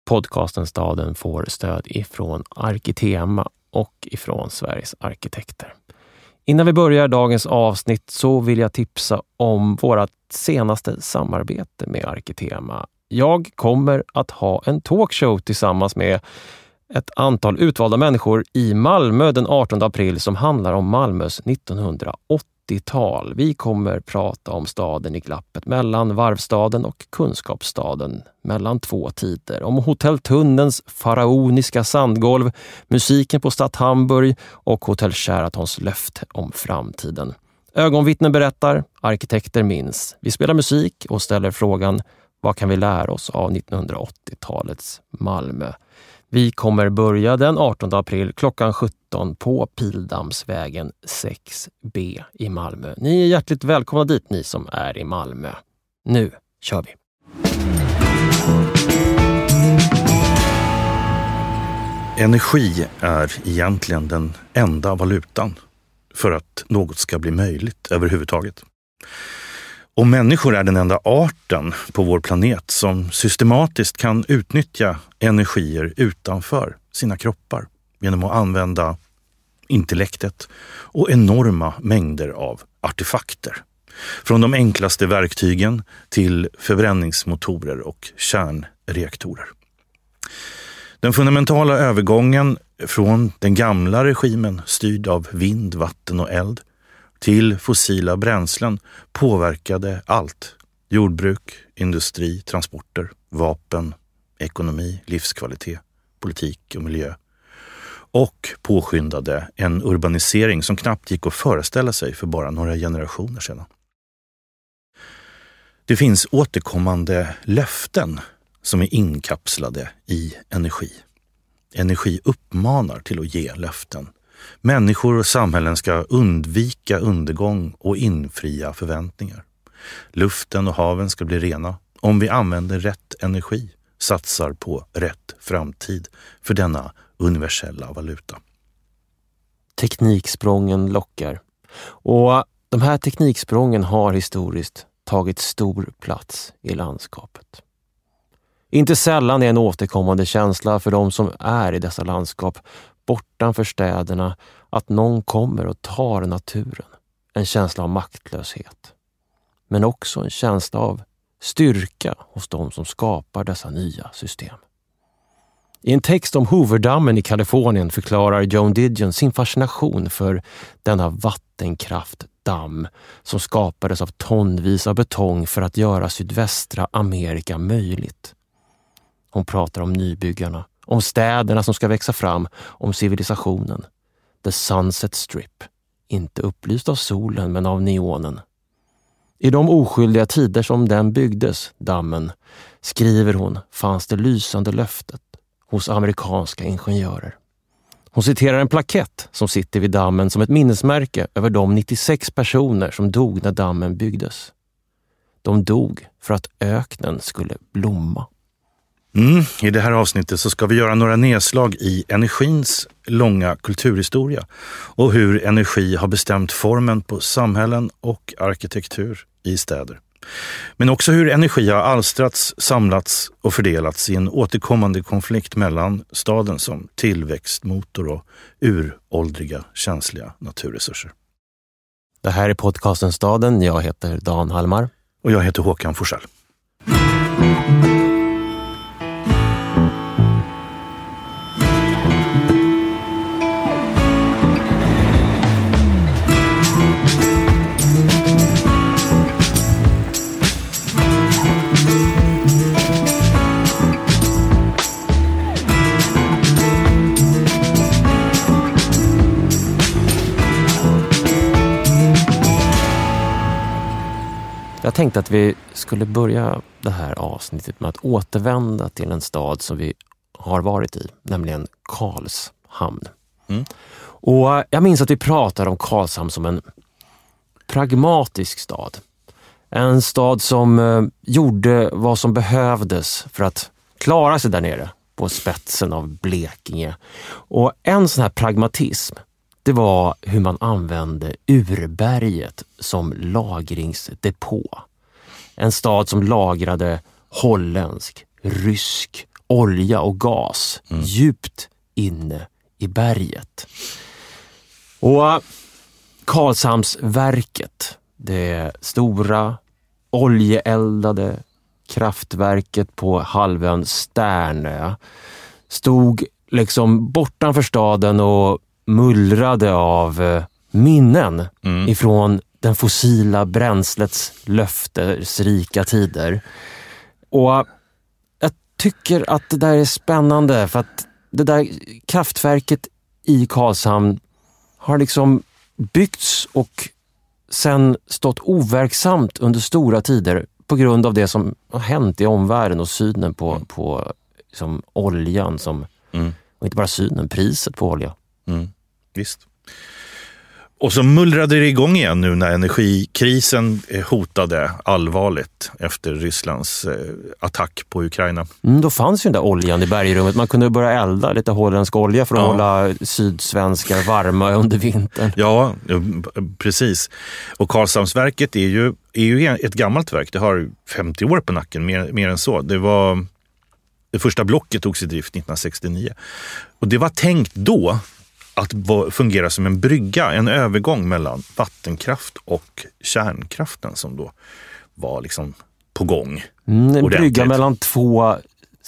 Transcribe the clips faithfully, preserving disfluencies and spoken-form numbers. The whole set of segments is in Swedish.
Podcasten Staden får stöd ifrån Arkitema och ifrån Sveriges arkitekter. Innan vi börjar dagens avsnitt så vill jag tipsa om vårt senaste samarbete med Arkitema. Jag kommer att ha en talkshow tillsammans med ett antal utvalda människor i Malmö den artonde april som handlar om Malmös nittonhundraåttiotal. Vi kommer prata om staden i glappet mellan varvstaden och kunskapsstaden, mellan två tider. Om Hotell Tunnelns faraoniska sandgolv, musiken på Stadt Hamburg och Hotell Sheratons löfte om framtiden. Ögonvittnen berättar, arkitekter minns. Vi spelar musik och ställer frågan: vad kan vi lära oss av nittonhundraåttiotalets Malmö? Vi kommer börja den artonde april klockan sjutton på Pildammsvägen sex B i Malmö. Ni är hjärtligt välkomna dit, ni som är i Malmö. Nu kör vi! Energi är egentligen den enda valutan för att något ska bli möjligt överhuvudtaget. Och människor är den enda arten på vår planet som systematiskt kan utnyttja energier utanför sina kroppar genom att använda intellektet och enorma mängder av artefakter. Från de enklaste verktygen till förbränningsmotorer och kärnreaktorer. Den fundamentala övergången från den gamla regimen styrd av vind, vatten och eld till fossila bränslen påverkade allt. Jordbruk, industri, transporter, vapen, ekonomi, livskvalitet, politik och miljö. Och påskyndade en urbanisering som knappt gick att föreställa sig för bara några generationer sedan. Det finns återkommande löften som är inkapslade i energi. Energi uppmanar till att ge löften. Människor och samhällen ska undvika undergång och infria förväntningar. Luften och haven ska bli rena om vi använder rätt energi, satsar på rätt framtid för denna universella valuta. Tekniksprången lockar. Och de här tekniksprången har historiskt tagit stor plats i landskapet. Inte sällan är en återkommande känsla för de som är i dessa landskap bortanför städerna att någon kommer och tar naturen. En känsla av maktlöshet. Men också en känsla av styrka hos de som skapar dessa nya system. I en text om Hooverdammen i Kalifornien förklarar Joan Didion sin fascination för denna vattenkraftdamm som skapades av tonvis av betong för att göra sydvästra Amerika möjligt. Hon pratar om nybyggarna, om städerna som ska växa fram, om civilisationen. The Sunset Strip, inte upplyst av solen men av neonen. I de oskyldiga tider som den byggdes, dammen, skriver hon, fanns det lysande löftet hos amerikanska ingenjörer. Hon citerar en plakett som sitter vid dammen som ett minnesmärke över de nittiosex personer som dog när dammen byggdes. De dog för att öknen skulle blomma. Mm, I det här avsnittet så ska vi göra några nedslag i energins långa kulturhistoria och hur energi har bestämt formen på samhällen och arkitektur i städer. Men också hur energi har alstrats, samlats och fördelats i en återkommande konflikt mellan staden som tillväxtmotor och uråldriga känsliga naturresurser. Det här är podcasten Staden. Jag heter Dan Halmar. Och jag heter Håkan Forsell. Jag tänkte att vi skulle börja det här avsnittet med att återvända till en stad som vi har varit i, nämligen Karlshamn. Mm. Och jag minns att vi pratade om Karlshamn som en pragmatisk stad. En stad som eh, gjorde vad som behövdes för att klara sig där nere på spetsen av Blekinge. Och en sån här pragmatism, det var hur man använde urberget som lagringsdepå. En stad som lagrade holländsk, rysk olja och gas Mm. djupt inne i berget. Och Karlshamnsverket, det stora oljeeldade kraftverket på halvön Sternö, stod liksom bortanför staden och mullrade av minnen Mm. ifrån den fossila bränslets löftesrika tider. Och jag tycker att det där är spännande, för att det där kraftverket i Karlshamn har liksom byggts och sen stått overksamt under stora tider på grund av det som har hänt i omvärlden och synen på, Mm. på liksom oljan som, Mm. och inte bara synen, priset på olja. Mm. Visst. Och så mullrade det igång igen nu när energikrisen hotade allvarligt efter Rysslands eh, attack på Ukraina. Mm, då fanns ju den där oljan i bergrummet. Man kunde börja elda lite holländsk olja för att Ja. hålla sydsvenskar varma under vintern. Ja, precis. Och Karlshamnsverket är ju, är ju ett gammalt verk. Det har femtio år på nacken, mer, mer än så. Det var, det första blocket togs i drift nittonhundrasextionio. Och det var tänkt då att fungera som en brygga, en övergång mellan vattenkraft och kärnkraften som då var liksom på gång. Mm, en ordentligt. brygga mellan två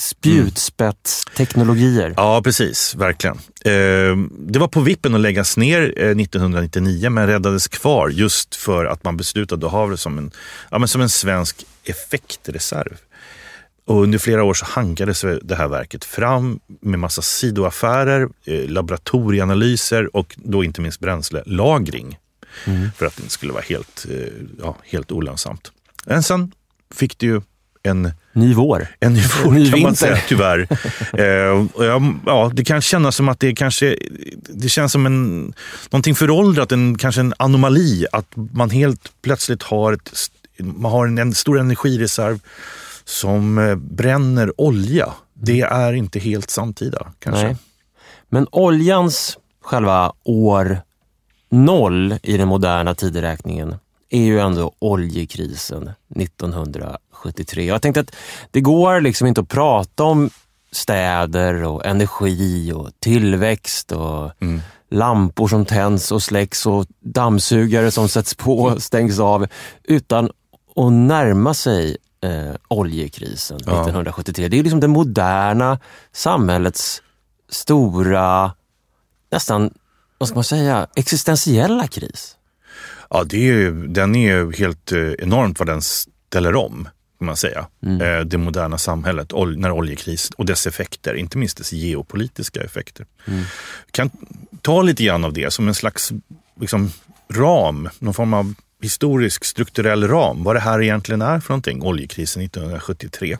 spjutspetsteknologier. Ja, precis. Verkligen. Eh, det var på vippen att läggas ner eh, nittonhundranittionio, men räddades kvar just för att man beslutade att ha det som en, ja, men som en svensk effektreserv. Och under flera år så hankades det här verket fram med massa sidoaffärer, eh, laboratorieanalyser och då inte minst bränslelagring. Mm. För att det skulle vara helt, eh, ja, helt olönsamt. Men sen fick det ju en Ny vår. En ny vår, Ny kan man vinter. säga, tyvärr. eh, och ja, ja, det kan kännas som att det kanske det känns som en någonting föråldrat, en, kanske en anomali att man helt plötsligt har ett, man har en, en stor energireserv som eh, bränner olja. Det är inte helt samtida, kanske. Nej. Men oljans själva år noll i den moderna tideräkningen är ju ändå oljekrisen nittonhundrasjuttiotre. Jag tänkte att det går liksom inte att prata om städer och energi och tillväxt och Mm. lampor som tänds och släcks och dammsugare som sätts på och stängs av utan att närma sig eh, oljekrisen Ja. nittonhundrasjuttiotre. Det är liksom det moderna samhällets stora, nästan, vad ska man säga, existentiella kris. Ja, det är ju, den är ju helt eh, enormt vad den ställer om, kan man säga. Mm. Eh, det moderna samhället, ol- när oljekris och dess effekter, inte minst dess geopolitiska effekter. Mm. Vi kan ta lite grann av det som en slags liksom, ram, någon form av historisk strukturell ram, vad det här egentligen är för någonting, oljekrisen nittonhundrasjuttiotre.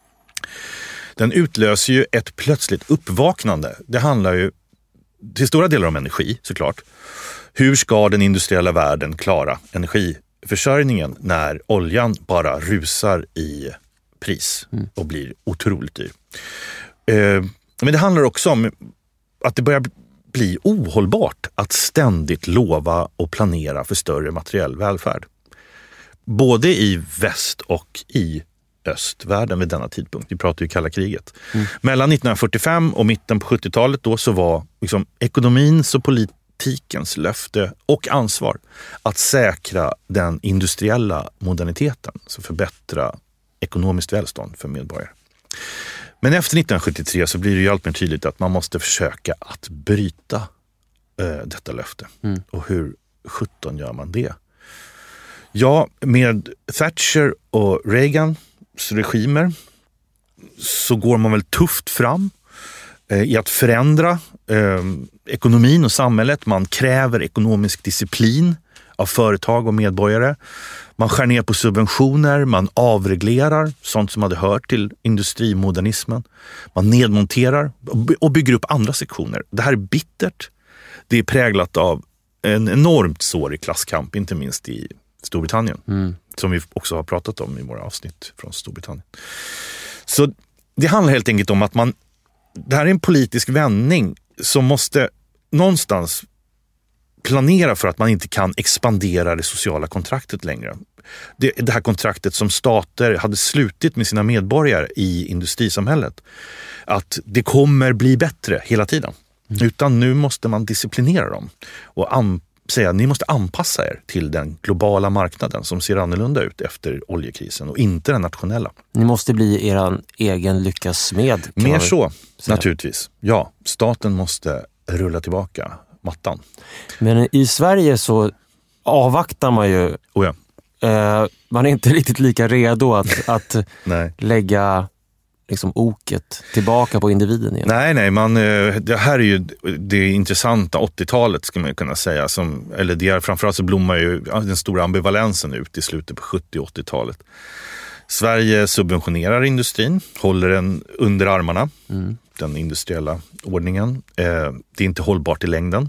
Den utlöser ju ett plötsligt uppvaknande. Det handlar ju till stora delar om energi, såklart. Hur ska den industriella världen klara energiförsörjningen när oljan bara rusar i pris och blir otroligt dyr? Eh, men det handlar också om att det börjar bli ohållbart att ständigt lova och planera för större materiell välfärd. Både i väst och i östvärlden vid denna tidpunkt. Vi pratar ju kalla kriget. Mm. Mellan nittonhundrafyrtiofem och mitten på sjuttiotalet då så var liksom ekonomins och politikens löfte och ansvar att säkra den industriella moderniteten, så förbättra ekonomiskt välstånd för medborgare. Men efter nittonhundrasjuttiotre så blir det ju allt mer tydligt att man måste försöka att bryta eh, detta löfte. Mm. Och hur sjutton gör man det? Ja, med Thatcher och Reagans regimer så går man väl tufft fram eh, i att förändra eh, ekonomin och samhället. Man kräver ekonomisk disciplin av företag och medborgare. Man skär ner på subventioner, man avreglerar sånt som hade hört till industrimodernismen. Man nedmonterar och bygger upp andra sektioner. Det här är bittert. Det är präglat av en enormt sårig klasskamp, inte minst i Storbritannien. Mm. Som vi också har pratat om i våra avsnitt från Storbritannien. Så det handlar helt enkelt om att man, det här är en politisk vändning som måste någonstans planera för att man inte kan expandera det sociala kontraktet längre. det, det här kontraktet som stater hade slutit med sina medborgare i industrisamhället. Att det kommer bli bättre hela tiden. Mm. Utan nu måste man disciplinera dem och an, säga att ni måste anpassa er till den globala marknaden som ser annorlunda ut efter oljekrisen och inte den nationella. Ni måste bli er egen lyckas smed. Mer så, säga. Naturligtvis. Ja, staten måste rulla tillbaka mattan. Men i Sverige så avvaktar man ju. Oh ja. eh, man är inte riktigt lika redo att, att lägga liksom oket tillbaka på individen igen. Nej, nej, man, det här är ju det intressanta åttiotalet ska man kunna säga. Som, eller det är, framförallt så blommar ju den stora ambivalensen ut i slutet på sjuttio- och åttiotalet. Sverige subventionerar industrin, håller den under armarna, mm. den industriella ordningen. Eh, det är inte hållbart i längden.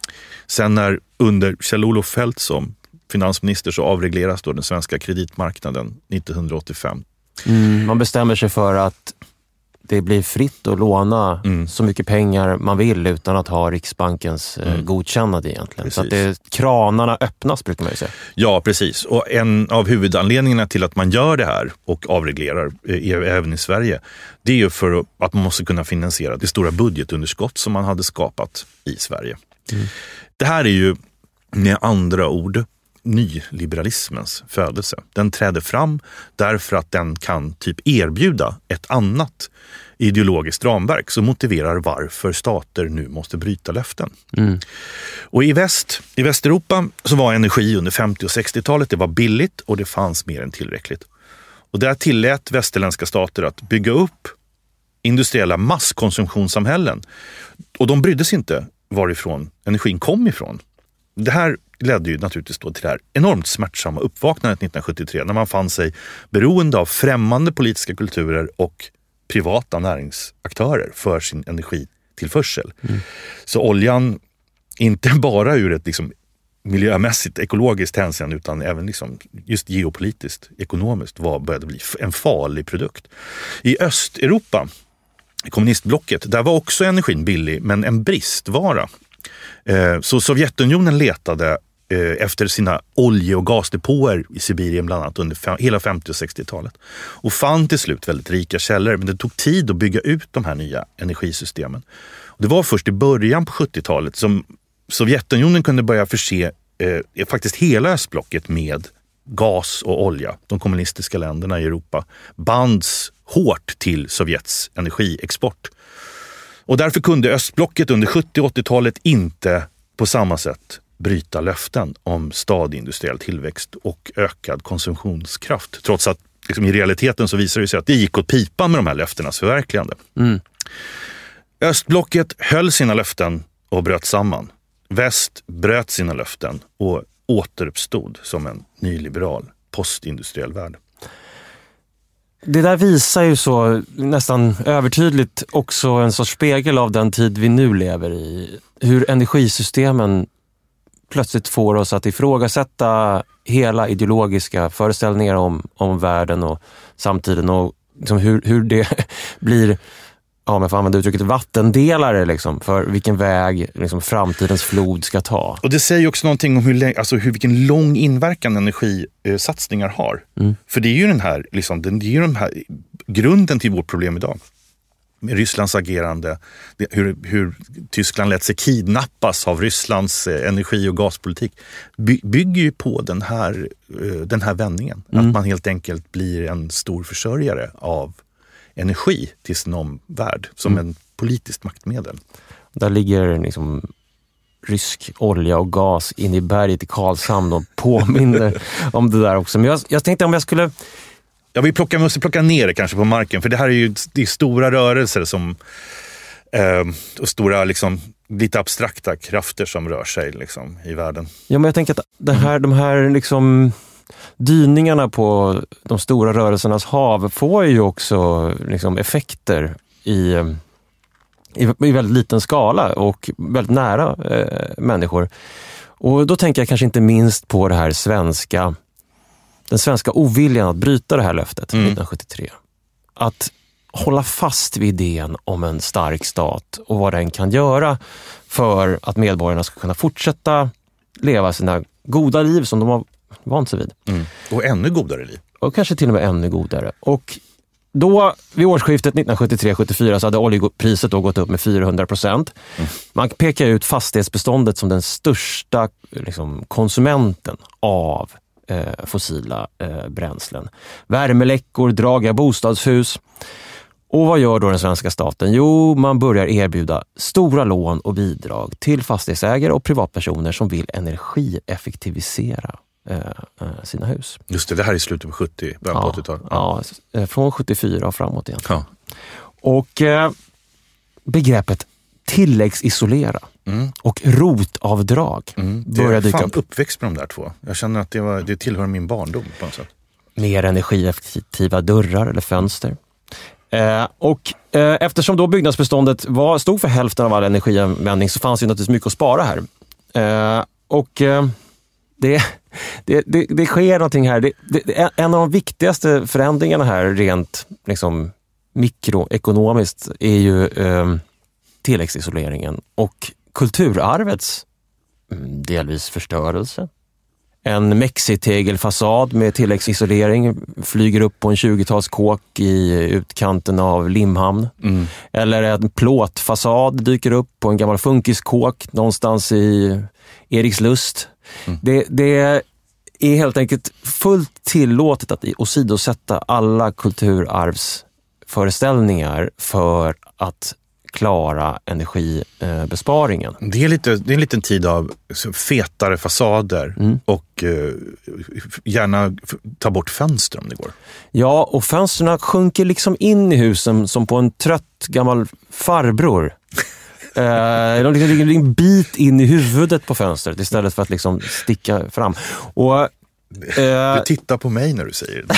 Sen när under Kjell-Olof Feldt som finansminister så avregleras då den svenska kreditmarknaden nittonhundraåttiofem. Mm, man bestämmer sig för att det blir fritt att låna mm. så mycket pengar man vill utan att ha Riksbankens mm. eh, godkännande egentligen. Precis. Så att det, kranarna öppnas brukar man ju säga. Ja, precis. Och en av huvudanledningarna till att man gör det här och avreglerar eh, även i Sverige, det är ju för att man måste kunna finansiera det stora budgetunderskott som man hade skapat i Sverige. Mm. Det här är ju med andra ord nyliberalismens födelse. Den träder fram därför att den kan typ erbjuda ett annat ideologiskt ramverk som motiverar varför stater nu måste bryta löften. Mm. Och i väst, i Västeuropa så var energi under femtio- och sextiotalet, det var billigt och det fanns mer än tillräckligt. Och där tillät västerländska stater att bygga upp industriella masskonsumtionssamhällen. Och de brydde sig inte varifrån energin kom ifrån. Det här ledde ju naturligtvis då till det här enormt smärtsamma uppvaknandet nittonhundrasjuttiotre när man fann sig beroende av främmande politiska kulturer och privata näringsaktörer för sin energitillförsel. Mm. Så oljan, inte bara ur ett liksom miljömässigt, ekologiskt hänseende utan även liksom just geopolitiskt, ekonomiskt var, började bli en farlig produkt. I Östeuropa, kommunistblocket, där var också energin billig men en bristvara. Så Sovjetunionen letade efter sina olje- och gasdepåer i Sibirien bland annat under hela femtio- och sextiotalet och fann till slut väldigt rika källor, men det tog tid att bygga ut de här nya energisystemen. Och det var först i början på sjuttiotalet som Sovjetunionen kunde börja förse eh, faktiskt hela östblocket med gas och olja. De kommunistiska länderna i Europa bands hårt till Sovjets energiexport. Och därför kunde östblocket under sjuttio- och åttiotalet inte på samma sätt bryta löften om stadig industriell tillväxt och ökad konsumtionskraft. Trots att liksom, i realiteten så visar det sig att det gick åt pipan med de här löftenas förverkligande. Mm. Östblocket höll sina löften och bröt samman. Väst bröt sina löften och återuppstod som en nyliberal postindustriell värld. Det där visar ju så nästan övertydligt också en sorts spegel av den tid vi nu lever i. Hur energisystemen plötsligt får oss att ifrågasätta hela ideologiska föreställningar om, om världen och samtiden och liksom hur, hur det blir, ja, om jag får använda uttrycket, vattendelare liksom, för vilken väg liksom, framtidens flod ska ta. Och det säger också någonting om hur, alltså, hur, vilken lång inverkan energisatsningar har. Mm. För det är ju den här, liksom, det är ju den här grunden till vårt problem idag. Med Rysslands agerande, hur, hur Tyskland lät sig kidnappas av Rysslands energi- och gaspolitik, by, bygger ju på den här, den här vändningen. Mm. Att man helt enkelt blir en stor försörjare av energi till sin omvärld som mm. en politiskt maktmedel. Där ligger liksom rysk olja och gas in i berget i Karlshamn och påminner om det där också. Men jag, jag tänkte om jag skulle... Ja, vi plockar, måste plocka ner det kanske på marken, för det här är ju det är stora rörelser som, eh, och stora liksom, lite abstrakta krafter som rör sig liksom, i världen. Ja, men jag tänker att det här, de här liksom, dyningarna på de stora rörelsernas hav får ju också liksom, effekter i, i, i väldigt liten skala och väldigt nära eh, människor. Och då tänker jag kanske inte minst på det här svenska den svenska oviljan att bryta det här löftet mm. nittonhundrasjuttiotre. Att hålla fast vid idén om en stark stat och vad den kan göra för att medborgarna ska kunna fortsätta leva sina goda liv som de har vant sig vid. Mm. Och ännu godare liv. Och kanske till och med ännu godare. Och då, vid årsskiftet nittonhundrasjuttiotre sjuttiofyra så hade oljepriset då gått upp med fyrahundra procent. Mm. Man pekar ut fastighetsbeståndet som den största liksom, konsumenten av eh, fossila eh, bränslen. Värmeläckor, dragiga bostadshus. Och vad gör då den svenska staten? Jo, man börjar erbjuda stora lån och bidrag till fastighetsägare och privatpersoner som vill energieffektivisera eh, sina hus. Just det, det här är i slutet på sjuttio, början på åttiotalet. Ja, ja, från sjuttiofyra och framåt igen. Ja. Och eh, begreppet tilläggsisolera mm. och rotavdrag mm. börjar dyka upp. Jag är fan uppväxt med de där två. Jag känner att det, var, det tillhör min barndom på något sätt. Mer energieffektiva dörrar eller fönster. Eh, och eh, eftersom då byggnadsbeståndet var, stod för hälften av all energianvändning så fanns ju naturligtvis mycket att spara här. Eh, och eh, det, det, det, det sker någonting här. Det, det, en av de viktigaste förändringarna här rent liksom, mikroekonomiskt är ju eh, tilläggsisoleringen och kulturarvets delvis förstörelse. En mexitegelfasad med tilläggsisolering flyger upp på en tjugotalskåk i utkanten av Limhamn. Mm. Eller en plåtfasad dyker upp på en gammal funkiskåk någonstans i Erikslust. Mm. Det, det är helt enkelt fullt tillåtet att åsidosätta alla kulturarvsföreställningar för att klara energibesparingen. Det är, lite, det är en liten tid av fetare fasader mm. och eh, gärna ta bort fönster om det går. Ja, och fönsterna sjunker liksom in i husen som på en trött gammal farbror. eh, de liksom ligger en bit in i huvudet på fönstret istället för att liksom sticka fram. Och, eh, du tittar på mig när du säger det.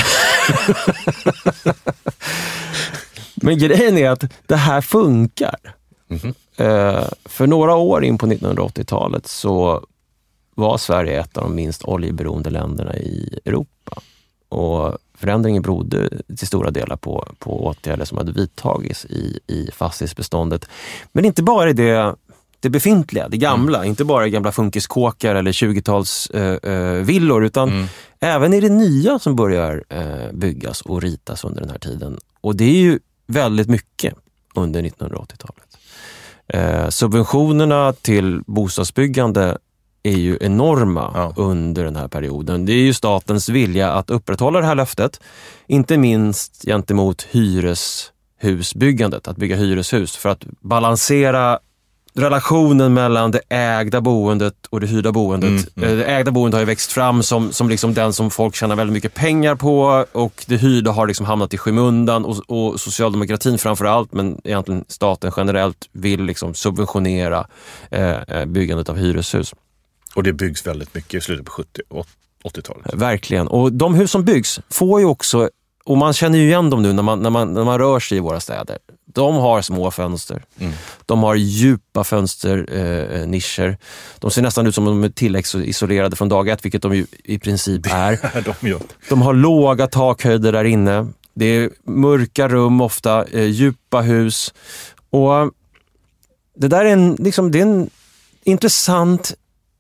Men grejen är att det här funkar. Mm-hmm. Eh, för några år in på nittonhundraåttiotalet så var Sverige ett av de minst oljeberoende länderna i Europa. Och förändringen berodde till stora delar på, på åtgärder som hade vidtagits i, i fastighetsbeståndet. Men inte bara i det, det befintliga, det gamla. Mm. Inte bara i gamla funkiskåkar eller tjugotals eh, eh, villor utan mm. även i det nya som börjar eh, byggas och ritas under den här tiden. Och det är ju väldigt mycket under nittonhundraåttiotalet. Eh, subventionerna till bostadsbyggande är ju enorma ja. under den här perioden. Det är ju statens vilja att upprätthålla det här löftet. Inte minst gentemot hyreshusbyggandet, att bygga hyreshus för att balansera relationen mellan det ägda boendet och det hyrda boendet. Mm, mm. Det ägda boendet har ju växt fram som, som liksom den som folk tjänar väldigt mycket pengar på och det hyrda har liksom hamnat i skymundan och, och socialdemokratin framförallt men egentligen staten generellt vill liksom subventionera eh, byggandet av hyreshus. Och det byggs väldigt mycket i slutet på sjuttio- och åttiotalet. Verkligen. Och de hus som byggs får ju också, och man känner ju igen dem nu när man, när man, när man rör sig i våra städer. De har små fönster. Mm. De har djupa fönsternischer. Eh, de ser nästan ut som om de är tilläggsisolerade från dag ett, vilket de ju i princip är. de, gör. de har låga takhöjder där inne. Det är mörka rum ofta, eh, djupa hus. Och det där är en, liksom, det är en intressant...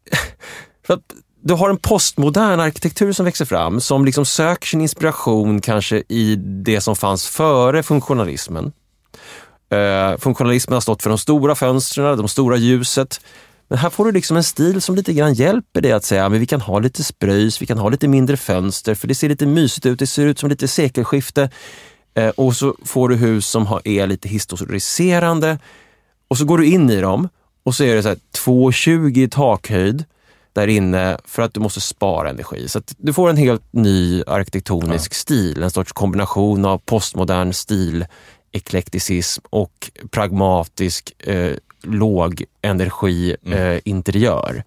för att du har en postmodern arkitektur som växer fram som liksom söker sin inspiration kanske i det som fanns före funktionalismen. Uh, funktionalismen har stått för de stora fönstren, de stora ljuset. Men här får du liksom en stil som lite grann hjälper dig att säga men vi kan ha lite spröjs, vi kan ha lite mindre fönster för det ser lite mysigt ut, det ser ut som lite sekelskifte. Uh, och så får du hus som har, är lite historiserande och så går du in i dem och så är det så här två tjugo i takhöjd där inne för att du måste spara energi. Så att du får en helt ny arkitektonisk ja. stil, en sorts kombination av postmodern stil, eklekticism och pragmatisk eh, låg energi eh, mm. interiör.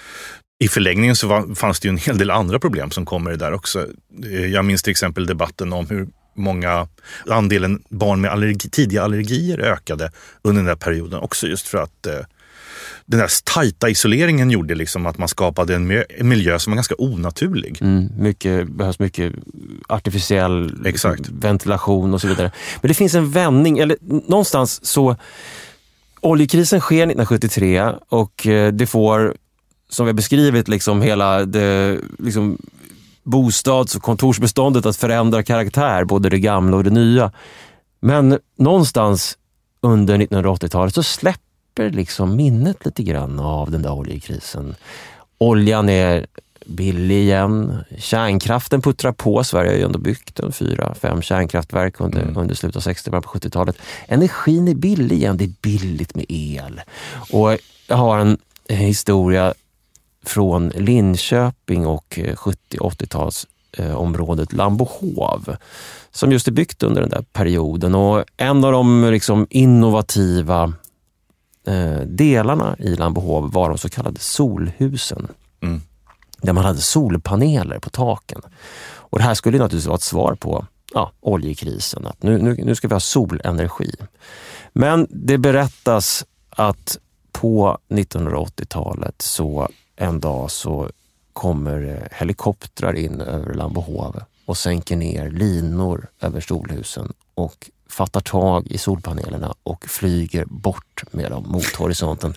I förlängningen så var, fanns det ju en hel del andra problem som kommer där också. Jag minns till exempel debatten om hur många andelen barn med allergi, tidiga allergier ökade under den här perioden också just för att eh, den där tajta isoleringen gjorde liksom att man skapade en miljö som var ganska onaturlig. Mm, mycket, behövs mycket artificiell Exakt. ventilation och så vidare. Men det finns en vändning, eller någonstans så oljekrisen sker nittonhundrasjuttiotre och det får som vi har beskrivit liksom hela det liksom bostads- och kontorsbeståndet att förändra karaktär, både det gamla och det nya. Men någonstans under nittonhundraåttiotalet så släpper liksom minnet lite grann av den där oljekrisen. Oljan är billig igen. Kärnkraften puttrar på. Sverige har ju ändå byggt en fyra, fem kärnkraftverk under, mm. under slutet av sextio-talet på sjuttiotalet. Energin är billig igen. Det är billigt med el. Och jag har en historia från Linköping och sjuttio-åttio-tals eh, området Lambohov som just är byggt under den där perioden. Och en av de liksom innovativa eh, delarna i Lambohov var de så kallade solhusen. Mm. Där man hade solpaneler på taken. Och det här skulle naturligtvis vara ett svar på ja, oljekrisen. Att nu, nu, nu ska vi ha solenergi. Men det berättas att på nittonhundraåttiotalet så en dag så kommer helikoptrar in över Lambohov och sänker ner linor över solhusen och fattar tag i solpanelerna och flyger bort med dem mot horisonten.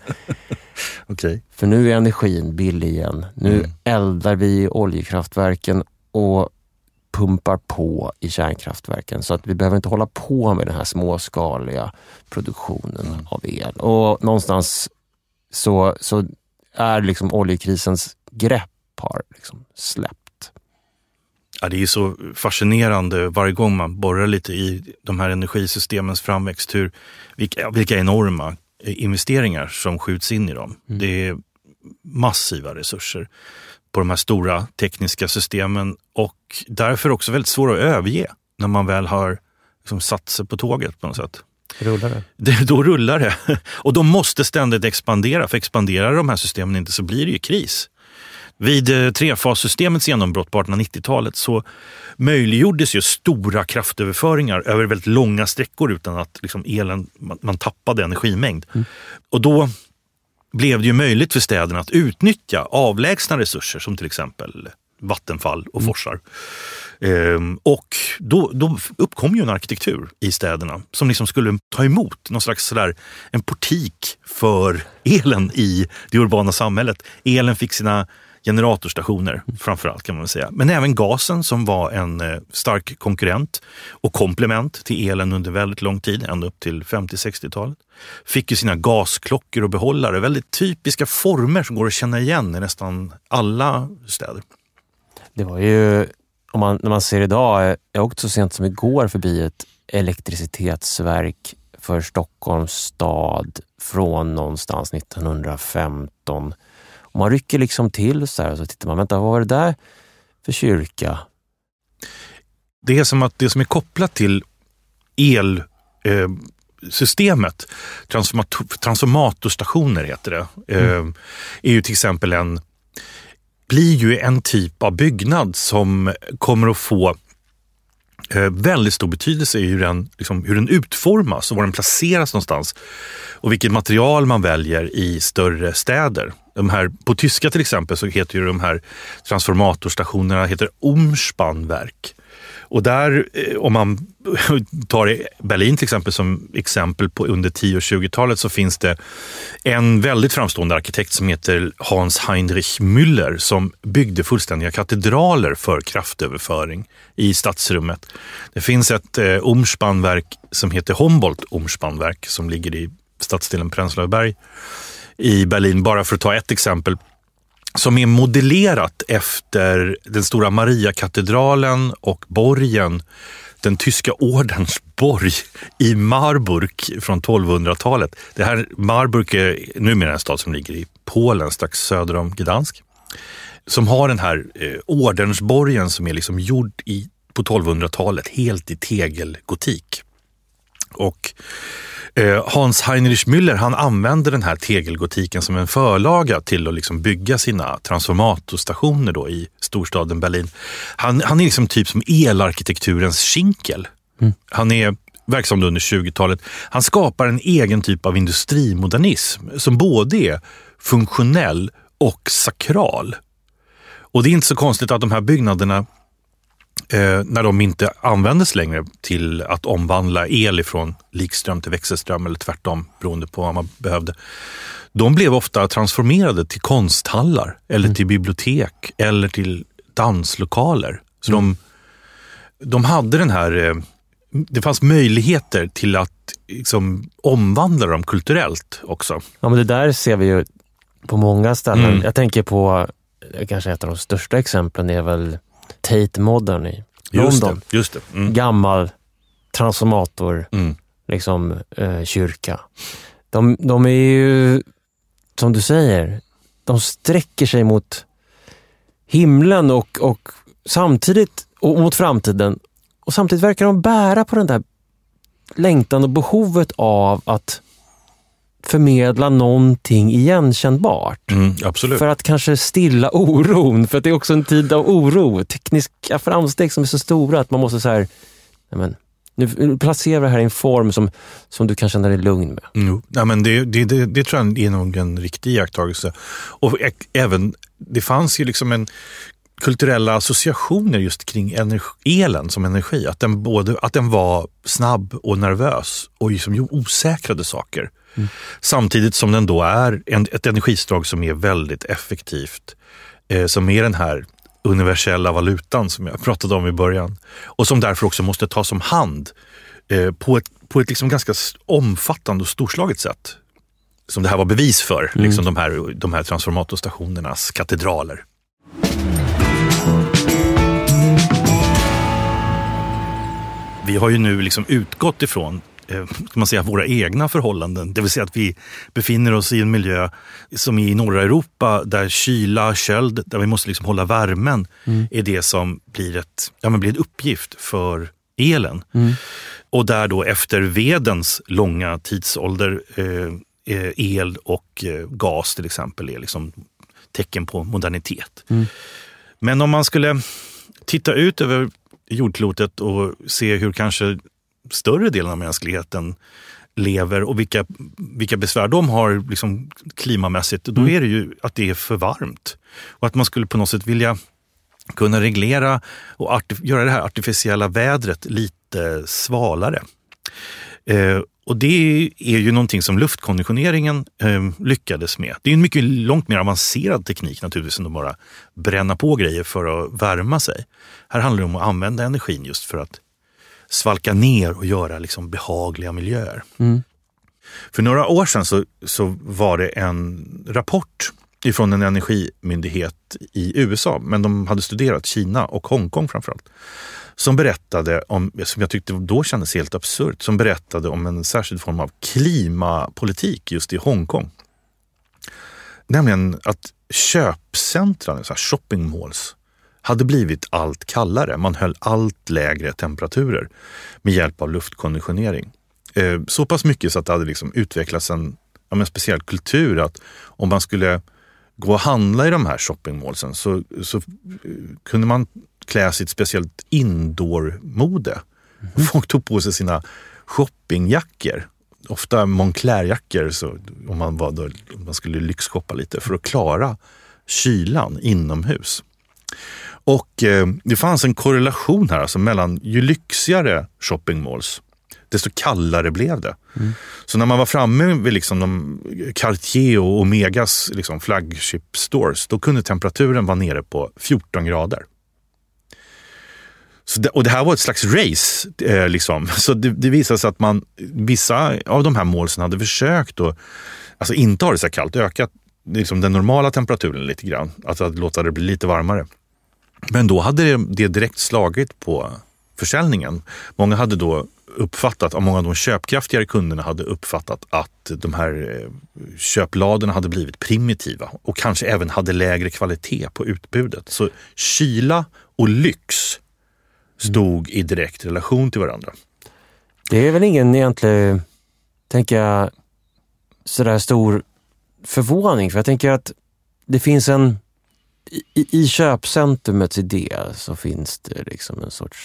Okay. För nu är energin billig igen. Nu mm. eldar vi i oljekraftverken och pumpar på i kärnkraftverken. Så att vi behöver inte hålla på med den här småskaliga produktionen mm. av el. Och någonstans så, så är liksom oljekrisens grepp har liksom släppt. Ja, det är så fascinerande varje gång man borrar lite i de här energisystemens framväxt. Hur, vilka, vilka enorma investeringar som skjuts in i dem. Mm. Det är massiva resurser på de här stora tekniska systemen och därför också väldigt svåra att överge när man väl har liksom satt sig på tåget på något sätt. Rullar det? det? Då rullar det. Och de måste ständigt expandera, för expanderar de här systemen inte så blir det ju kris. Vid trefassystemets genombrott på artonhundranittiotalet så möjliggjordes ju stora kraftöverföringar över väldigt långa sträckor utan att liksom elen, man, man tappade energimängd. Mm. Och då blev det ju möjligt för städerna att utnyttja avlägsna resurser som till exempel vattenfall och forsar. Mm. Ehm, och då, då uppkom ju en arkitektur i städerna som liksom skulle ta emot någon slags sådär, en portik för elen i det urbana samhället. Elen fick sina generatorstationer framförallt kan man säga. Men även gasen som var en eh, stark konkurrent och komplement till elen under väldigt lång tid, ända upp till femtio-sextiotalet. Fick ju sina gasklockor och behållare, väldigt typiska former som går att känna igen i nästan alla städer. Det var ju, om man, när man ser idag, jag åkte så sent som igår förbi ett elektricitetsverk för Stockholms stad från någonstans nittonhundrafemton. Och man rycker liksom till så här och så tittar man, vänta, vad var det där för kyrka? Det är som att det som är kopplat till elsystemet, eh, transformat- transformatorstationer heter det, eh, mm. är ju till exempel en, blir ju en typ av byggnad som kommer att få eh, väldigt stor betydelse i hur den, liksom, hur den utformas och var den placeras någonstans och vilket material man väljer i större städer. De här, på tyska till exempel så heter ju de här transformatorstationerna heter Umspannwerk. Och där, om man tar Berlin till exempel som exempel på under tio- och tjugotalet så finns det en väldigt framstående arkitekt som heter Hans Heinrich Müller som byggde fullständiga katedraler för kraftöverföring i stadsrummet. Det finns ett eh, Umspannwerk som heter Humboldt Umspannwerk som ligger i stadsdelen Prenzlauer Berg i Berlin, bara för att ta ett exempel, som är modellerat efter den stora Mariakatedralen och borgen, den tyska orderns borg i Marburg från tolvhundratalet. Det här Marburg är numera en stad som ligger i Polen strax söder om Gdansk, som har den här eh, ordensborgen som är liksom gjord i, på tolvhundratalet helt i tegelgotik. Och Hans Heinrich Müller, han använde den här tegelgotiken som en förlaga till att liksom bygga sina transformatorstationer då i storstaden Berlin. Han, han är liksom typ som elarkitekturens Schinkel. Mm. Han är verksam under tjugotalet. Han skapar en egen typ av industrimodernism som både är funktionell och sakral. Och det är inte så konstigt att de här byggnaderna eh, när de inte användes längre till att omvandla el ifrån likström till växelström eller tvärtom beroende på vad man behövde. De blev ofta transformerade till konsthallar eller mm. till bibliotek eller till danslokaler. Så mm. de, de hade den här, eh, det fanns möjligheter till att liksom, omvandla dem kulturellt också. Ja, men det där ser vi ju på många ställen. Mm. Jag tänker på, kanske ett av de största exemplen är väl Tate Modern i just London. Det, just det. Mm. Gammal transformator, mm. liksom eh, kyrka. De, de är ju, som du säger, de sträcker sig mot himlen och, och samtidigt och mot framtiden. Och samtidigt verkar de bära på den där längtan och behovet av att förmedla någonting igenkännbart. Mm, absolut. För att kanske stilla oron. För att det är också en tid av oro. Tekniska framsteg som är så stora att man måste så här, nej men, nu placerar det här i en form som, som du kan känna dig lugn med. Mm. Ja, men det, det, det, det tror jag är nog en riktig iakttagelse. Och även, det fanns ju liksom en kulturella associationer just kring energi, elen som energi. Att den, både, att den var snabb och nervös och liksom osäkrade saker. Mm. Samtidigt som den då är en, ett energislag som är väldigt effektivt. Eh, som är den här universella valutan som jag pratade om i början. Och som därför också måste tas om hand eh, på ett, på ett liksom ganska omfattande och storslaget sätt. Som det här var bevis för. Mm. Liksom de här, de här transformatorstationernas katedraler. Vi har ju nu liksom utgått ifrån eh, kan man säga, våra egna förhållanden. Det vill säga att vi befinner oss i en miljö som i norra Europa där kyla, köld, där vi måste liksom hålla värmen mm. är det som blir ett, ja, men blir en uppgift för elen. Mm. Och där då efter vedens långa tidsålder eh, el och eh, gas till exempel är liksom tecken på modernitet. Mm. Men om man skulle titta ut över jordklotet och se hur kanske större delen av mänskligheten lever och vilka, vilka besvär de har liksom klimamässigt, då är det ju att det är för varmt. Och att man skulle på något sätt vilja kunna reglera och artif- göra det här artificiella vädret lite svalare. Eh, och det är ju någonting som luftkonditioneringen eh, lyckades med. Det är en mycket långt mer avancerad teknik naturligtvis än att bara bränna på grejer för att värma sig. Här handlar det om att använda energin just för att svalka ner och göra liksom behagliga miljöer. Mm. För några år sedan så, så var det en rapport ifrån en energimyndighet i U S A, men de hade studerat Kina och Hongkong framförallt, som berättade om, som jag tyckte då kändes helt absurt, som berättade om en särskild form av klimapolitik just i Hongkong. Nämligen att köpcentran, så här shopping malls, hade blivit allt kallare. Man höll allt lägre temperaturer med hjälp av luftkonditionering. Eh, så pass mycket så att det hade liksom utvecklats en, ja, en speciell kultur att om man skulle gå och handla i de här shoppingmallsen så, så kunde man klä sig i ett speciellt indoor-mode. Mm. Folk tog på sig sina shoppingjackor. Ofta Moncler-jackor så, om, man var då, om man skulle lyxshoppa lite för att klara kylan inomhus. Och eh, det fanns en korrelation här alltså, mellan ju lyxigare shoppingmalls, desto kallare blev det. Mm. Så när man var framme vid liksom de Cartier och Omegas liksom flagship stores, då kunde temperaturen vara nere på fjorton grader. Så det, och det här var ett slags race eh, liksom. Så det, det visade sig att man, vissa av de här målsen hade försökt att alltså inte ha det så här kallt, ökat liksom den normala temperaturen lite grann, alltså att låta det bli lite varmare. Men då hade det, det direkt slagit på försäljningen. Många hade då uppfattat, av många av de köpkraftigare kunderna hade uppfattat att de här köpladorna hade blivit primitiva och kanske även hade lägre kvalitet på utbudet. Så kyla och lyx stod mm. i direkt relation till varandra. Det är väl ingen egentligen, tänker jag, sådär stor förvåning. För jag tänker att det finns en, i, i köpcentrumets idé så finns det liksom en sorts,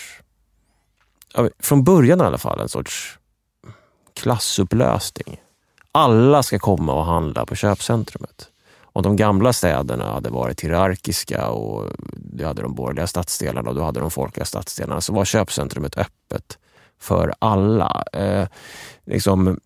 från början i alla fall, en sorts klassupplösning. Alla ska komma och handla på köpcentrumet. om de gamla städerna hade varit hierarkiska och du hade de borgerliga stadsdelarna och du hade de folkliga stadsdelarna, så var köpcentrumet öppet för alla. Eh, liksom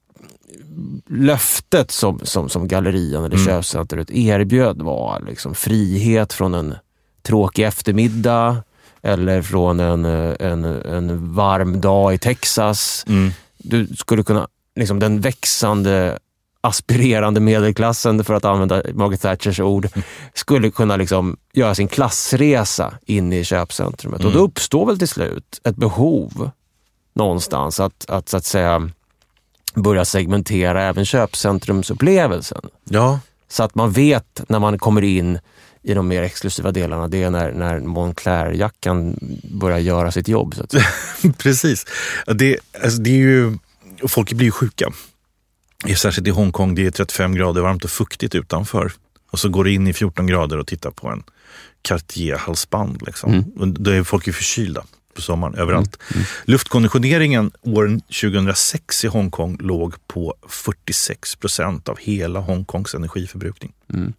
löftet som, som, som gallerian eller mm. köpcentret erbjöd var liksom frihet från en tråkig eftermiddag eller från en, en, en varm dag i Texas. Mm. Du skulle kunna, liksom den växande aspirerande medelklassen, för att använda Margaret Thatchers ord, mm. skulle kunna liksom göra sin klassresa in i köpcentrumet. Mm. Och då uppstår väl till slut ett behov någonstans att, att så att säga börja segmentera även köpcentrumsupplevelsen. Ja. Så att man vet när man kommer in i de mer exklusiva delarna, det är när, när Moncler-jackan börjar göra sitt jobb. Så att säga. Precis. Det, alltså, det är ju, folk blir ju sjuka. Särskilt i Hongkong, det är trettiofem grader varmt och fuktigt utanför. Och så går det in i fjorton grader och tittar på en Cartier-halsband. Liksom. Mm. Och då är folk ju förkylda på sommaren, överallt. Mm. Mm. Luftkonditioneringen åren tjugohundrasex i Hongkong låg på fyrtiosex procent av hela Hongkongs energiförbrukning. Mm.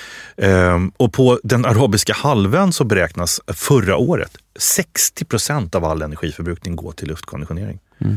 Um, och på den arabiska halvön så beräknas förra året sextio procent av all energiförbrukning gå till luftkonditionering. Mm.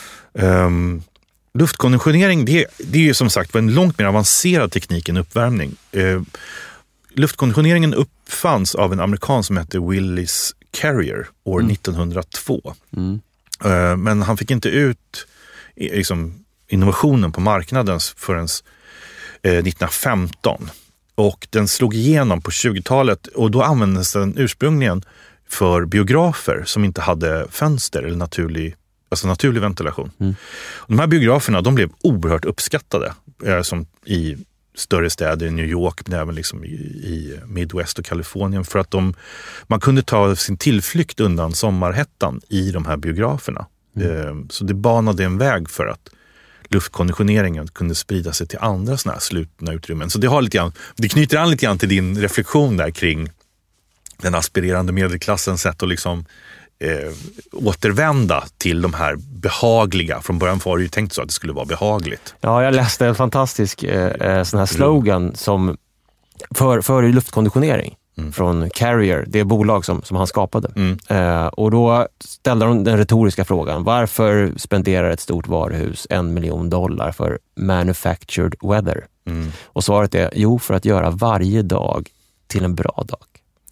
Um, luftkonditionering, det, det är ju som sagt en långt mer avancerad teknik än uppvärmning. Uh, luftkonditioneringen uppfanns av en amerikan som heter Willis Carrier år mm. nittonhundratvå. Mm. Uh, men han fick inte ut liksom, innovationen på marknaden förrän uh, nittonhundrafemton. Och den slog igenom på tjugotalet och då användes den ursprungligen för biografer som inte hade fönster eller naturlig, alltså naturlig ventilation. Mm. Och de här biograferna, de blev oerhört uppskattade eh, som i större städer i New York, men även liksom i, i Midwest och Kalifornien, för att de, man kunde ta sin tillflykt undan sommarhettan i de här biograferna. Mm. Eh, så det banade en väg för att luftkonditioneringen kunde sprida sig till andra såna här slutna utrymmen. Så det, har lite grann, det knyter an lite grann till din reflektion där kring den aspirerande medelklassens sätt att liksom eh, återvända till de här behagliga. Från början var det ju tänkt så att det skulle vara behagligt. Ja, jag läste en fantastisk eh, sån här slogan som för, för luftkonditionering. Mm. Från Carrier, det bolag som, som han skapade. Mm. Eh, och då ställde de den retoriska frågan: varför spenderar ett stort varuhus en miljon dollar för manufactured weather? Mm. Och svaret är, jo, för att göra varje dag till en bra dag.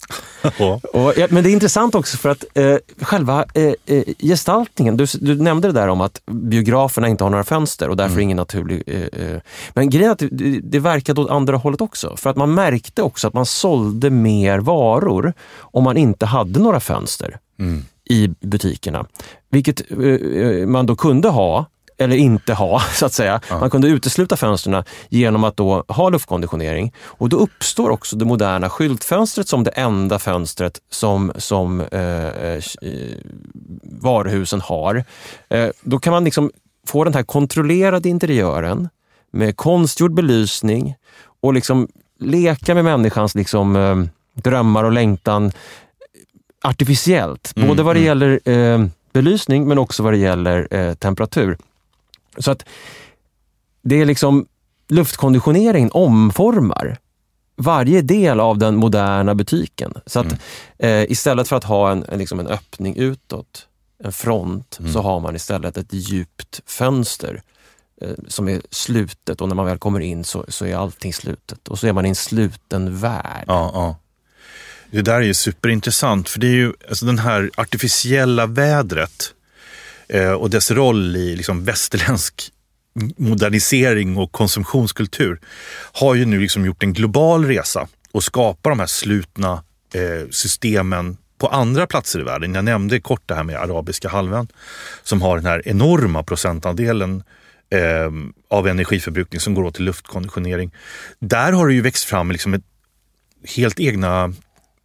och, ja, men det är intressant också för att eh, själva eh, eh, gestaltningen, du, du nämnde det där om att biograferna inte har några fönster och därför mm. ingen naturlig eh, eh. men grejen är att det, det verkade åt andra hållet också, för att man märkte också att man sålde mer varor om man inte hade några fönster mm. i butikerna, vilket eh, man då kunde ha eller inte ha, så att säga. Ja. Man kunde utesluta fönsterna genom att då ha luftkonditionering. Och då uppstår också det moderna skyltfönstret som det enda fönstret som, som eh, eh, varuhusen har. Eh, då kan man liksom få den här kontrollerade interiören med konstgjord belysning och liksom leka med människans liksom, eh, drömmar och längtan artificiellt. Mm, både vad det mm. gäller eh, belysning men också vad det gäller eh, temperatur. Så att det är liksom luftkonditioneringen omformar varje del av den moderna butiken. Så att mm. eh, istället för att ha en, en, liksom en öppning utåt, en front, mm. så har man istället ett djupt fönster eh, som är slutet, och när man väl kommer in så, så är allting slutet. Och så är man i en sluten värld. Ja, ja. Det där är ju superintressant, för det är ju alltså den här artificiella vädret och dess roll i liksom västerländsk modernisering och konsumtionskultur har ju nu liksom gjort en global resa och skapar de här slutna eh, systemen på andra platser i världen. Jag nämnde kort det här med arabiska halvön som har den här enorma procentandelen eh, av energiförbrukning som går åt till luftkonditionering. Där har det ju växt fram liksom ett helt egna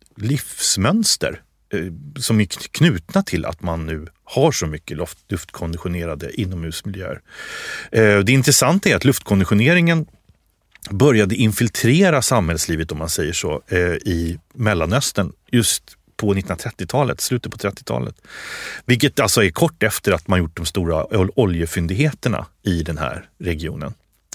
livsmönster som är knutna till att man nu har så mycket luft, luftkonditionerade inomhusmiljöer. Det intressanta är att luftkonditioneringen började infiltrera samhällslivet, om man säger så, i Mellanöstern just på nittonhundratrettiotalet, slutet på trettiotalet. Vilket alltså är kort efter att man gjort de stora oljefyndigheterna i den här regionen.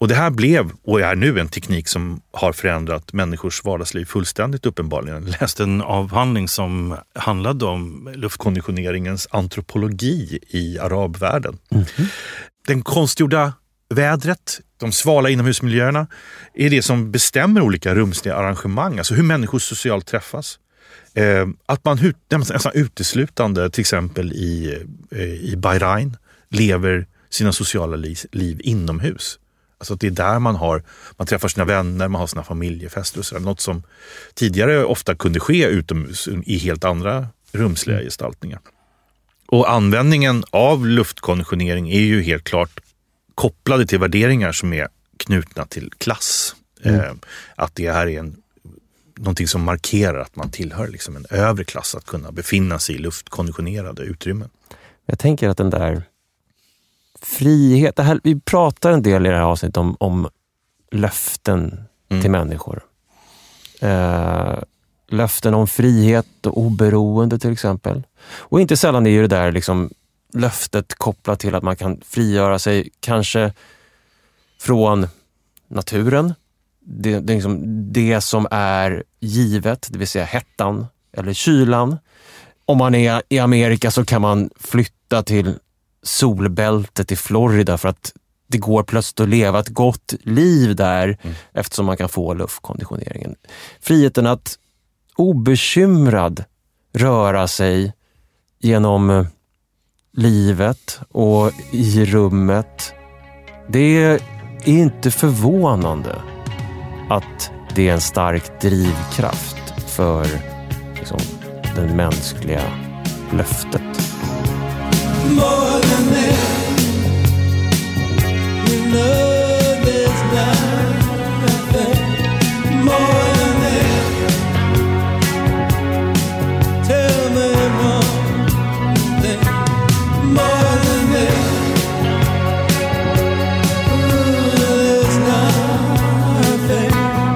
Och det här blev och är nu en teknik som har förändrat människors vardagsliv fullständigt uppenbarligen. Jag läste en avhandling som handlade om luftkonditioneringens antropologi i arabvärlden. Mm-hmm. Den konstgjorda vädret, de svala inomhusmiljöerna är det som bestämmer olika rumsliga arrangemang, alltså hur människor socialt träffas. Eh, att man nästan uteslutande till exempel i, eh, i Bahrain lever sina sociala liv, liv inomhus. Alltså att det är där man har, man träffar sina vänner, man har sina familjefester och sådär. Något som tidigare ofta kunde ske utomhus i helt andra rumsliga mm. gestaltningar. Och användningen av luftkonditionering är ju helt klart kopplade till värderingar som är knutna till klass. Mm. Eh, att det här är en, någonting som markerar att man tillhör liksom en övre klass, att kunna befinna sig i luftkonditionerade utrymmen. Jag tänker att den där frihet, det här, vi pratar en del i det här avsnittet om, om löften mm. till människor. Eh, löften om frihet och oberoende till exempel. Och inte sällan är ju det där liksom löftet kopplat till att man kan frigöra sig kanske från naturen. Det, det, är liksom det som är givet, det vill säga hettan eller kylan. Om man är i Amerika så kan man flytta till solbältet i Florida för att det går plötsligt att leva ett gott liv där mm. eftersom man kan få luftkonditioneringen. Friheten att obekymrad röra sig genom livet och i rummet. Det är inte förvånande att det är en stark drivkraft för liksom, den mänskliga löftet. More than that, you know there's nothing more than that. Tell me one thing more than that. There's nothing.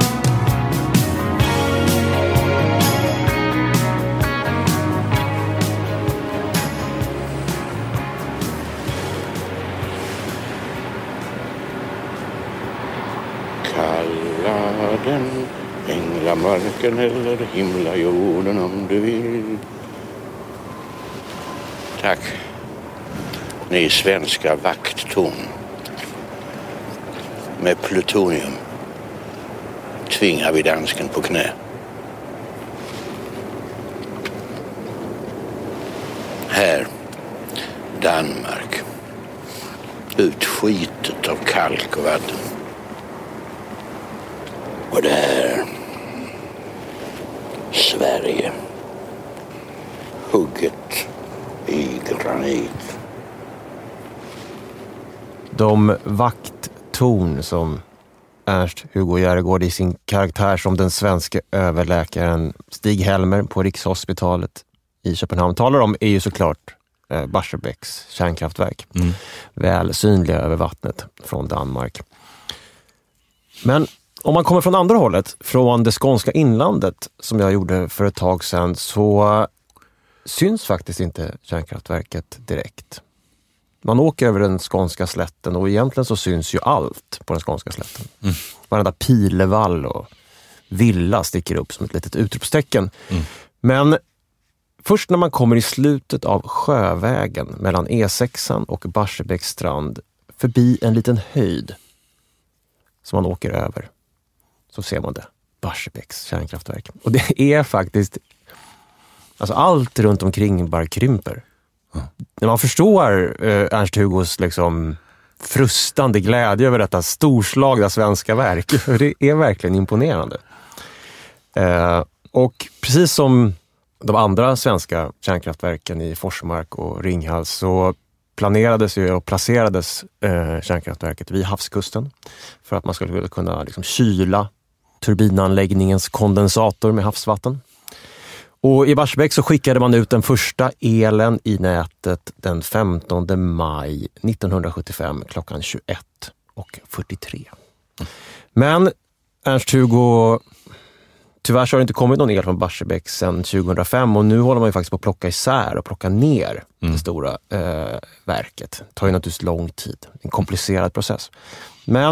Kalla den änglamarken eller himlajorden om du vill. Tack. Ni svenska vakttorn. Med plutonium tvingar vi dansken på knä. Här, Danmark. Utskitet av kalk och vatten. Och det här, Sverige. Hugget i granit. De vakttorn som Ernst-Hugo Järegård i sin karaktär som den svenska överläkaren Stig Helmer på Rikshospitalet i Köpenhamn talar om är ju såklart eh, Barsebäcks kärnkraftverk. Mm. Väl synliga över vattnet från Danmark. Men om man kommer från andra hållet, från det skånska inlandet som jag gjorde för ett tag sedan, så syns faktiskt inte kärnkraftverket direkt. Man åker över den skånska slätten och egentligen så syns ju allt på den skånska slätten. Mm. Varenda pilevall och villa sticker upp som ett litet utropstecken. Mm. Men först när man kommer i slutet av sjövägen mellan E sexan och Barsebäcks strand förbi en liten höjd som man åker över, så ser man det. Barsebäcks kärnkraftverk. Och det är faktiskt, alltså allt runt omkring bara krymper. Mm. När man förstår eh, Ernst-Hugos liksom frustande glädje över detta storslagna svenska verk. Det är verkligen imponerande. Eh, och precis som de andra svenska kärnkraftverken i Forsmark och Ringhals så planerades ju och placerades eh, kärnkraftverket vid havskusten för att man skulle kunna liksom kyla turbinanläggningens kondensator med havsvatten. Och i Barsebäck så skickade man ut den första elen i nätet den femtonde maj nittonhundrasjuttiofem klockan tjugoett och fyrtiotre. Men Ernst-Hugo, tyvärr så har det inte kommit någon el från Barsebäck sedan tjugohundrafem och nu håller man ju faktiskt på att plocka isär och plocka ner mm. det stora eh, verket. Det tar ju naturligtvis lång tid, en komplicerad process. Men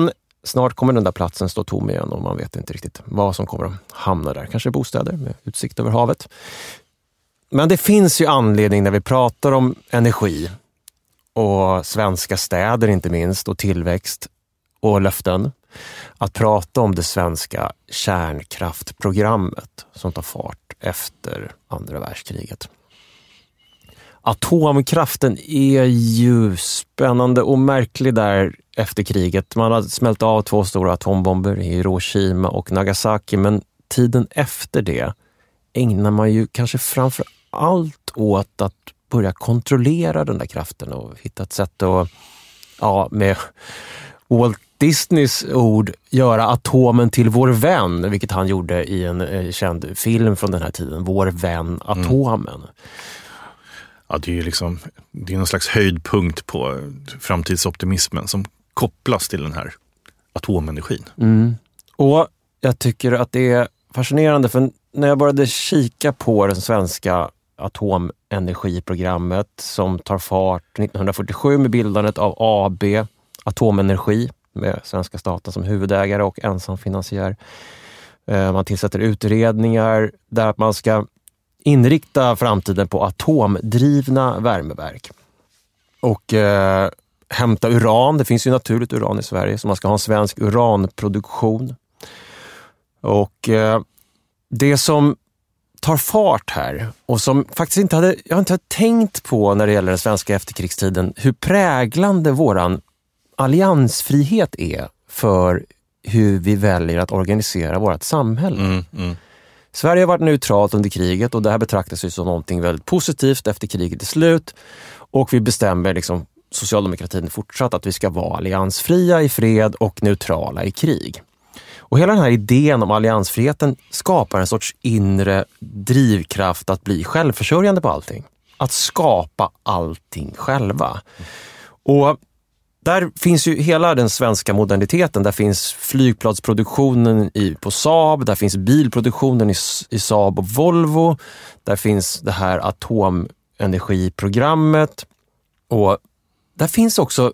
snart kommer den där platsen stå tom igen och man vet inte riktigt vad som kommer att hamna där. Kanske bostäder med utsikt över havet. Men det finns ju anledning när vi pratar om energi och svenska städer inte minst och tillväxt och löften att prata om det svenska kärnkraftprogrammet som tar fart efter andra världskriget. Atomkraften är ju spännande och märklig där efter kriget. Man har smält av två stora atombomber i Hiroshima och Nagasaki, men tiden efter det ägnar man ju kanske framför allt åt att börja kontrollera den där kraften och hitta ett sätt att, ja, med Walt Disneys ord, göra atomen till vår vän, vilket han gjorde i en eh, känd film från den här tiden, Vår vän atomen. Mm. Ja, det är ju liksom, det är någon slags höjdpunkt på framtidsoptimismen som kopplas till den här atomenergin. Mm. Och jag tycker att det är fascinerande, för när jag började kika på den svenska atomenergiprogrammet som tar fart nittonhundrafyrtiosju med bildandet av A B Atomenergi med svenska staten som huvudägare och ensam finansiär. Man tillsätter utredningar där att man ska inrikta framtiden på atomdrivna värmeverk och eh, hämta uran. Det finns ju naturligt uran i Sverige, så man ska ha en svensk uranproduktion. Och eh, det som tar fart här och som faktiskt inte hade, jag inte hade tänkt på när det gäller den svenska efterkrigstiden, hur präglande våran alliansfrihet är för hur vi väljer att organisera vårt samhälle. Mm, mm. Sverige har varit neutralt under kriget och det här betraktas ju som någonting väldigt positivt efter kriget är slut, och vi bestämmer liksom socialdemokratin fortsatt att vi ska vara alliansfria i fred och neutrala i krig. Och hela den här idén om alliansfriheten skapar en sorts inre drivkraft att bli självförsörjande på allting. Att skapa allting själva. Och där finns ju hela den svenska moderniteten. Där finns flygplatsproduktionen i, på Saab. Där finns bilproduktionen i, i Saab och Volvo. Där finns det här atomenergiprogrammet. Och där finns också,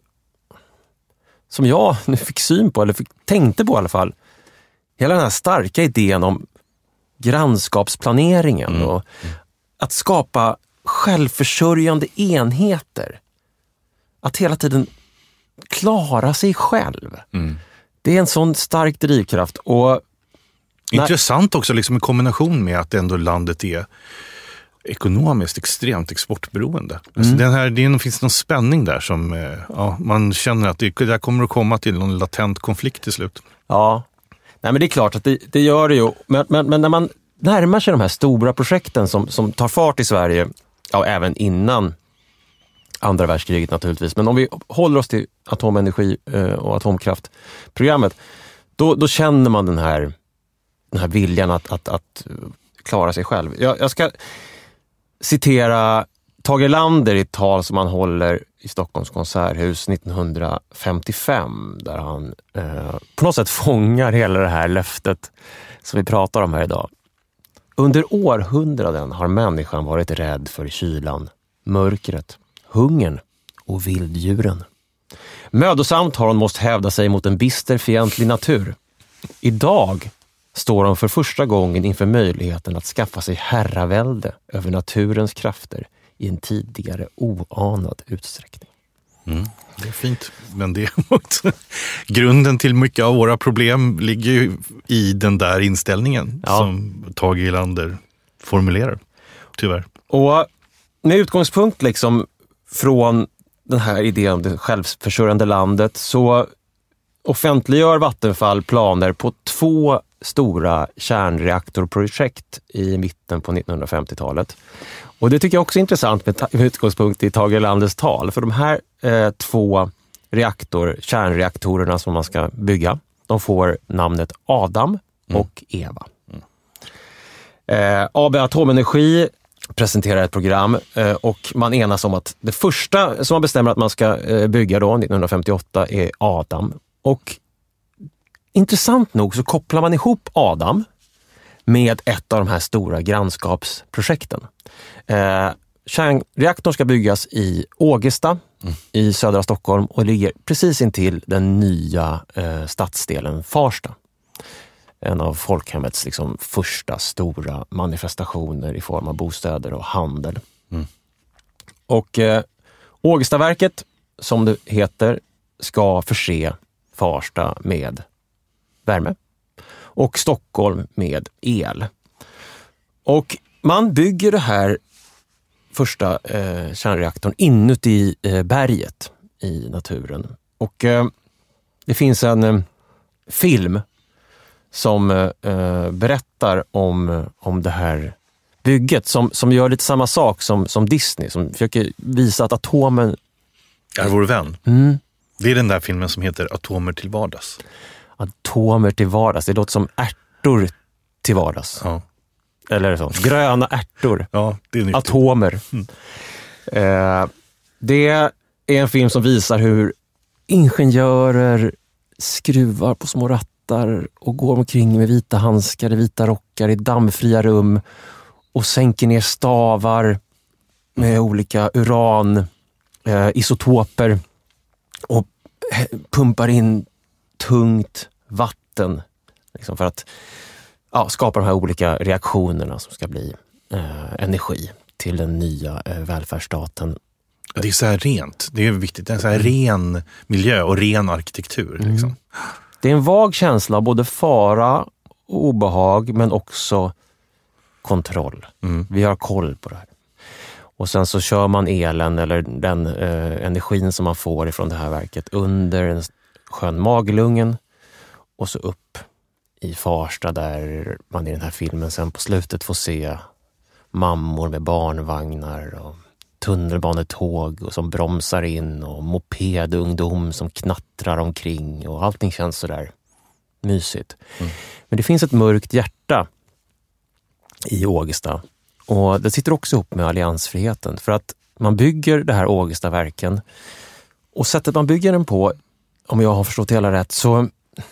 som jag nu fick syn på, eller fick, tänkte på i alla fall, hela den här starka idén om grannskapsplaneringen mm. och att skapa självförsörjande enheter. Att hela tiden klara sig själv. Mm. Det är en sån stark drivkraft. Och intressant också liksom i kombination med att ändå landet är ekonomiskt extremt exportberoende. Mm. Alltså den här, det finns någon spänning där som ja, man känner att det där kommer att komma till någon latent konflikt till slut. Ja, nej, men det är klart att det, det gör det ju. Men, men, men när man närmar sig de här stora projekten som, som tar fart i Sverige, ja, även innan andra världskriget naturligtvis, men om vi håller oss till atomenergi och atomkraftprogrammet, då, då känner man den här, den här viljan att, att, att klara sig själv. Jag, jag ska citera Tage Erlander i ett tal som han håller i Stockholms konserthus nittonhundrafemtiofem, där han eh, på något sätt fångar hela det här löftet som vi pratar om här idag. Under århundraden har människan varit rädd för kylan, mörkret, hungern och vilddjuren. Mödosamt har hon måste hävda sig mot en bister fientlig natur. Idag står hon för första gången inför möjligheten att skaffa sig herravälde över naturens krafter i en tidigare oanad utsträckning. Mm, det är fint, men det är grunden till mycket av våra problem ligger ju i den där inställningen, ja, som Tage Erlander formulerar, tyvärr. Och med utgångspunkt liksom från den här idén om det självförsörjande landet så offentliggör Vattenfall planer på två stora kärnreaktorprojekt i mitten på nittonhundrafemtiotalet. Och det tycker jag också är intressant med, med utgångspunkt i Tage Erlanders tal. För de här eh, två reaktor, kärnreaktorerna som man ska bygga, de får namnet Adam och mm. Eva. Mm. Eh, A B Atomenergi presenterar ett program eh, och man enas om att det första som man bestämmer att man ska eh, bygga då nittonhundrafemtioåtta är Adam. Och intressant nog så kopplar man ihop Adam med ett av de här stora grannskapsprojekten. Eh, kärnreaktorn ska byggas i Ågesta mm. i södra Stockholm och ligger precis intill den nya eh, stadsdelen Farsta. En av folkhemmets liksom, första stora manifestationer i form av bostäder och handel. Mm. Och eh, Ågestaverket, som det heter, ska förse Farsta med värme och Stockholm med el. Och man bygger det här första eh, kärnreaktorn inuti eh, berget i naturen. Och eh, det finns en eh, film som eh, berättar om, om det här bygget som, som gör lite samma sak som, som Disney, som försöker visa att atomen är vår vän. Mm. Det är den där filmen som heter Atomer till vardags. Atomer till vardags, det låter som ärtor till vardags. Ja. Eller så, gröna ärtor. Ja, det är nyttigt. Atomer. Mm. Eh, det är en film som visar hur ingenjörer skruvar på små rattar och går omkring med vita handskar, vita rockar i dammfria rum och sänker ner stavar med olika uran, eh, isotoper och pumpar in tungt vatten liksom för att ja, skapa de här olika reaktionerna som ska bli eh, energi till den nya eh, välfärdsstaten. Det är så här rent, det är viktigt. Det är så här ren miljö och ren arkitektur. Mm. Liksom. Det är en vag känsla av både fara och obehag, men också kontroll. Mm. Vi har koll på det här. Och sen så kör man elen eller den eh, energin som man får ifrån det här verket under en sjön Magelungen och så upp i Farsta där man i den här filmen sen på slutet får se mammor med barnvagnar och tunnelbanetåg och som bromsar in och mopedungdom som knattrar omkring och allting känns så där mysigt. Mm. Men det finns ett mörkt hjärta i Ågesta och det sitter också ihop med alliansfriheten för att man bygger det här Ågestaverken och sättet man bygger den på, om jag har förstått hela rätt, så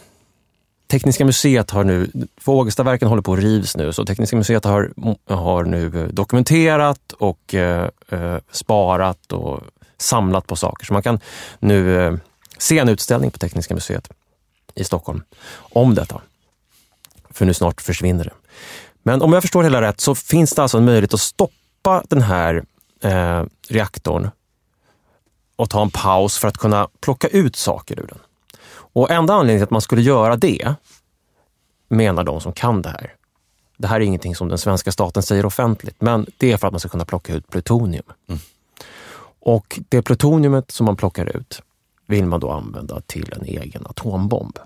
Tekniska museet har nu, för Ågestaverken håller på att rivs nu, så Tekniska museet har, har nu dokumenterat och eh, sparat och samlat på saker. Så man kan nu eh, se en utställning på Tekniska museet i Stockholm om detta. För nu snart försvinner det. Men om jag förstår hela rätt så finns det alltså en möjlighet att stoppa den här eh, reaktorn och ta en paus för att kunna plocka ut saker ur den. Och enda anledningen till att man skulle göra det, menar de som kan det här. Det här är ingenting som den svenska staten säger offentligt, men det är för att man ska kunna plocka ut plutonium. Mm. Och det plutoniumet som man plockar ut vill man då använda till en egen atombomb.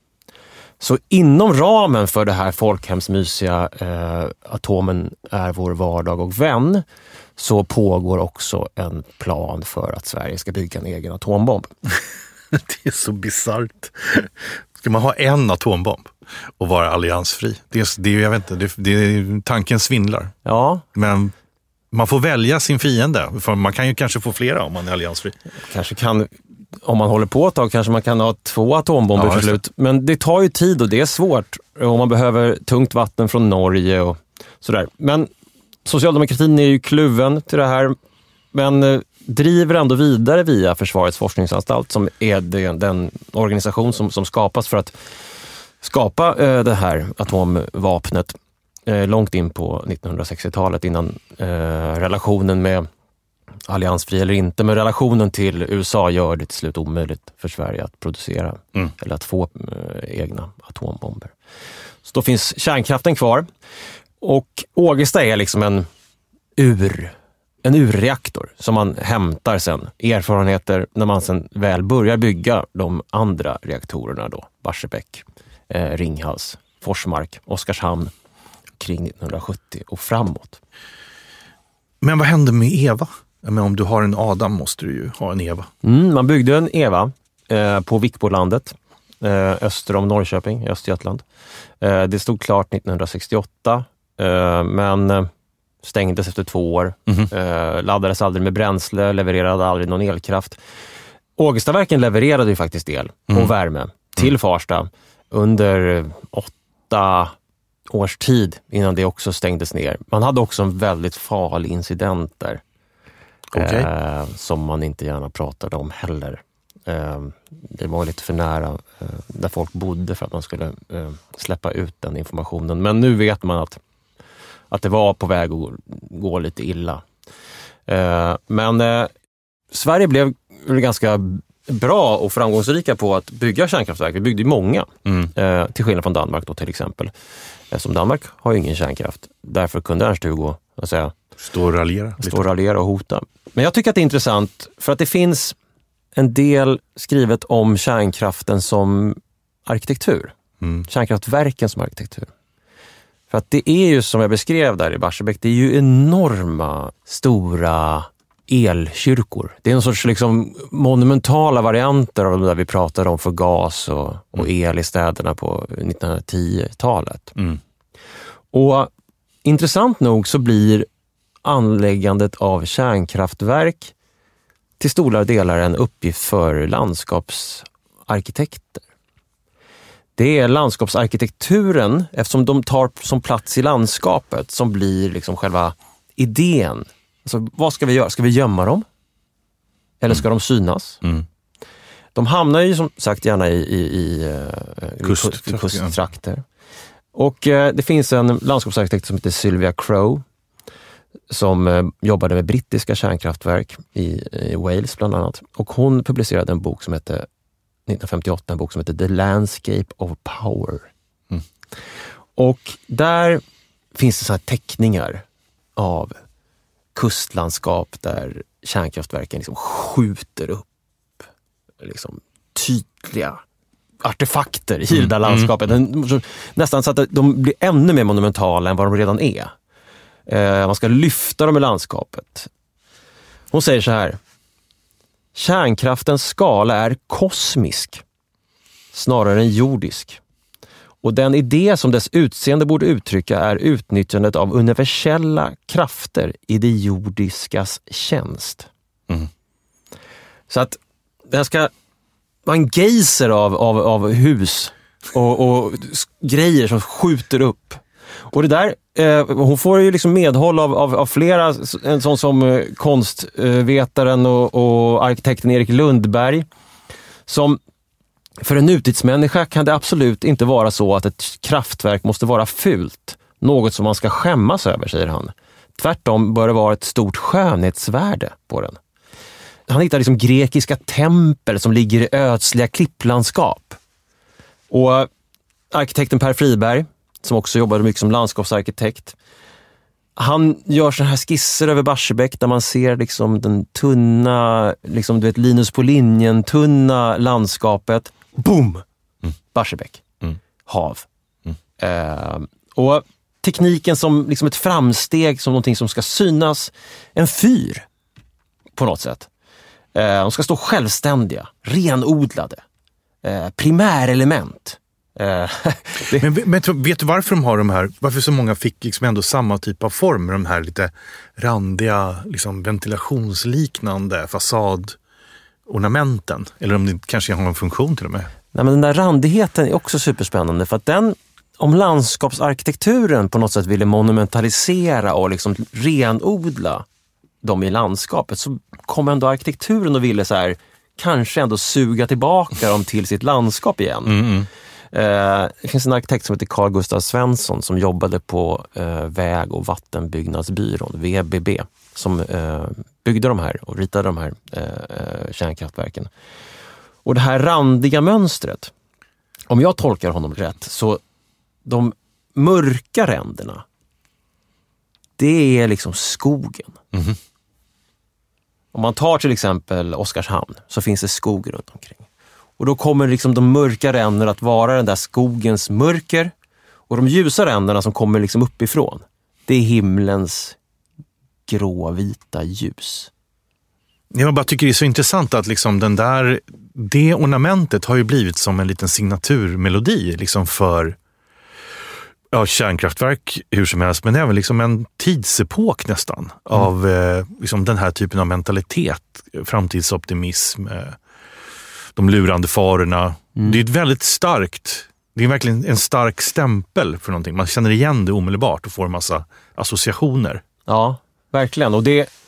Så inom ramen för det här folkhemsmysiga eh, atomen är vår vardag och vän, så pågår också en plan för att Sverige ska bygga en egen atombomb. Det är så bizarrt. Ska man ha en atombomb och vara alliansfri? Det är, det är, jag vet inte, det, det är, tanken svindlar. Ja. Men man får välja sin fiende. För man kan ju kanske få flera om man är alliansfri. Kanske kan, om man håller på ett tag, kanske man kan ha två atombomber ja, till slut. Men det tar ju tid och det är svårt. Och man behöver tungt vatten från Norge och sådär. Men socialdemokratin är ju kluven till det här. Men driver ändå vidare via Försvarets forskningsanstalt, som är den, den organisation som, som skapas för att skapa eh, det här atomvapnet eh, långt in på nittonhundrasextiotalet, innan eh, relationen med alliansfri eller inte, men relationen till U S A gör det till slut omöjligt för Sverige att producera mm. eller att få eh, egna atombomber. Så då finns kärnkraften kvar och Ågesta är liksom en ur En urreaktor som man hämtar sen erfarenheter när man sen väl börjar bygga de andra reaktorerna då. Barsebäck, eh, Ringhals, Forsmark, Oskarshamn kring nittonhundrasjuttio och framåt. Men vad hände med Eva? Men om du har en Adam måste du ju ha en Eva. Mm, man byggde en Eva eh, på Vikbolandet eh, öster om Norrköping i Östergötland. Eh, det stod klart nittonhundrasextioåtta eh, men eh, stängdes efter två år, mm-hmm. eh, laddades aldrig med bränsle, levererade aldrig någon elkraft. Ågestaverken levererade ju faktiskt el mm. och värme till mm. Farsta under åtta års tid innan det också stängdes ner. Man hade också en väldigt farlig incident där. Okay. Eh, som man inte gärna pratade om heller. Eh, det var lite för nära eh, där folk bodde för att man skulle eh, släppa ut den informationen. Men nu vet man att, att det var på väg att gå lite illa. Eh, men eh, Sverige blev ganska bra och framgångsrika på att bygga kärnkraftverk. Vi byggde ju många, mm. eh, till skillnad från Danmark då till exempel. Eftersom Danmark har ju ingen kärnkraft. Därför kunde Ernst Hugo säga, stå och raljera. Stå och raljera och hota. Men jag tycker att det är intressant för att det finns en del skrivet om kärnkraften som arkitektur. Mm. Kärnkraftverken som arkitektur. För att det är ju som jag beskrev där i Barsebäck, det är ju enorma, stora elkyrkor. Det är en sorts liksom monumentala varianter av de där vi pratade om för gas och, och el i städerna på nittonhundratio-talet. Mm. Och intressant nog så blir anläggandet av kärnkraftverk till stora delar en uppgift för landskapsarkitekter. Det är landskapsarkitekturen, eftersom de tar som plats i landskapet, som blir liksom själva idén. Alltså, vad ska vi göra? Ska vi gömma dem? Eller ska mm. de synas? Mm. De hamnar ju som sagt gärna i, i, i, i Kust, kusttrakter. Och eh, det finns en landskapsarkitekt som heter Sylvia Crowe som eh, jobbade med brittiska kärnkraftverk i, i Wales bland annat. Och hon publicerade en bok som heter nittonhundrafemtioåtta, en bok som heter The Landscape of Power. Mm. Och där finns det så här teckningar av kustlandskap där kärnkraftverken liksom skjuter upp liksom tydliga artefakter i det där landskapet. Mm. Nästan så att de blir ännu mer monumentala än vad de redan är. Eh, man ska lyfta dem i landskapet. Hon säger så här: kärnkraftens skala är kosmisk snarare än jordisk. Och den idé som dess utseende borde uttrycka är utnyttjandet av universella krafter i det jordiskas tjänst. Mm. Så att den ska vara en geyser av, av, av hus och, och grejer som skjuter upp. Och det där, eh, hon får ju liksom medhåll av, av, av flera, en sån som eh, konstvetaren och, och arkitekten Erik Lundberg, som för en nutidsmänniska kan det absolut inte vara så att ett kraftverk måste vara fult. Något som man ska skämmas över, säger han. Tvärtom bör det vara ett stort skönhetsvärde på den. Han hittar liksom grekiska tempel som ligger i ödsliga klipplandskap. Och arkitekten Per Friberg, som också jobbade mycket som landskapsarkitekt, han gör såna här skisser över Barsebäck där man ser liksom den tunna, liksom du vet Linus på linjen, tunna landskapet. Boom! Mm. Barsebäck. Mm. Hav. Mm. Eh, och tekniken som liksom ett framsteg, som någonting som ska synas, en fyr på något sätt. Eh, de ska stå självständiga, renodlade, eh, primärelement. det... men, men vet du varför de har de här, varför så många fick liksom ändå samma typ av form, de här lite randiga, liksom ventilationsliknande fasadornamenten, eller om det kanske har en funktion till och med? Nej, men den där randigheten är också superspännande, för att den, om landskapsarkitekturen på något sätt ville monumentalisera och liksom renodla dem i landskapet, så kom ändå arkitekturen och ville så här, kanske ändå suga tillbaka dem till sitt landskap igen. Mm. Eh, det finns en arkitekt som heter Carl Gustav Svensson som jobbade på eh, väg- och vattenbyggnadsbyrån, V B B, som eh, byggde de här och ritade de här eh, kärnkraftverken. Och det här randiga mönstret, om jag tolkar honom rätt, så de mörka ränderna, det är liksom skogen. Mm. Om man tar till exempel Oskarshamn, så finns det skog runt omkring. Och då kommer liksom de mörka ränderna att vara den där skogens mörker. Och de ljusa ränderna som kommer liksom uppifrån, det är himlens gråvita ljus. Jag bara tycker det är så intressant att liksom den där, det ornamentet har ju blivit som en liten signaturmelodi liksom för ja, kärnkraftverk hur som helst, men även liksom en tidsepok nästan mm. av eh, liksom den här typen av mentalitet, framtidsoptimism, eh, de lurande farorna. Mm. Det är ett väldigt starkt, det är verkligen en stark stämpel för någonting. Man känner igen det omedelbart och får en massa associationer. Ja, verkligen. Och det,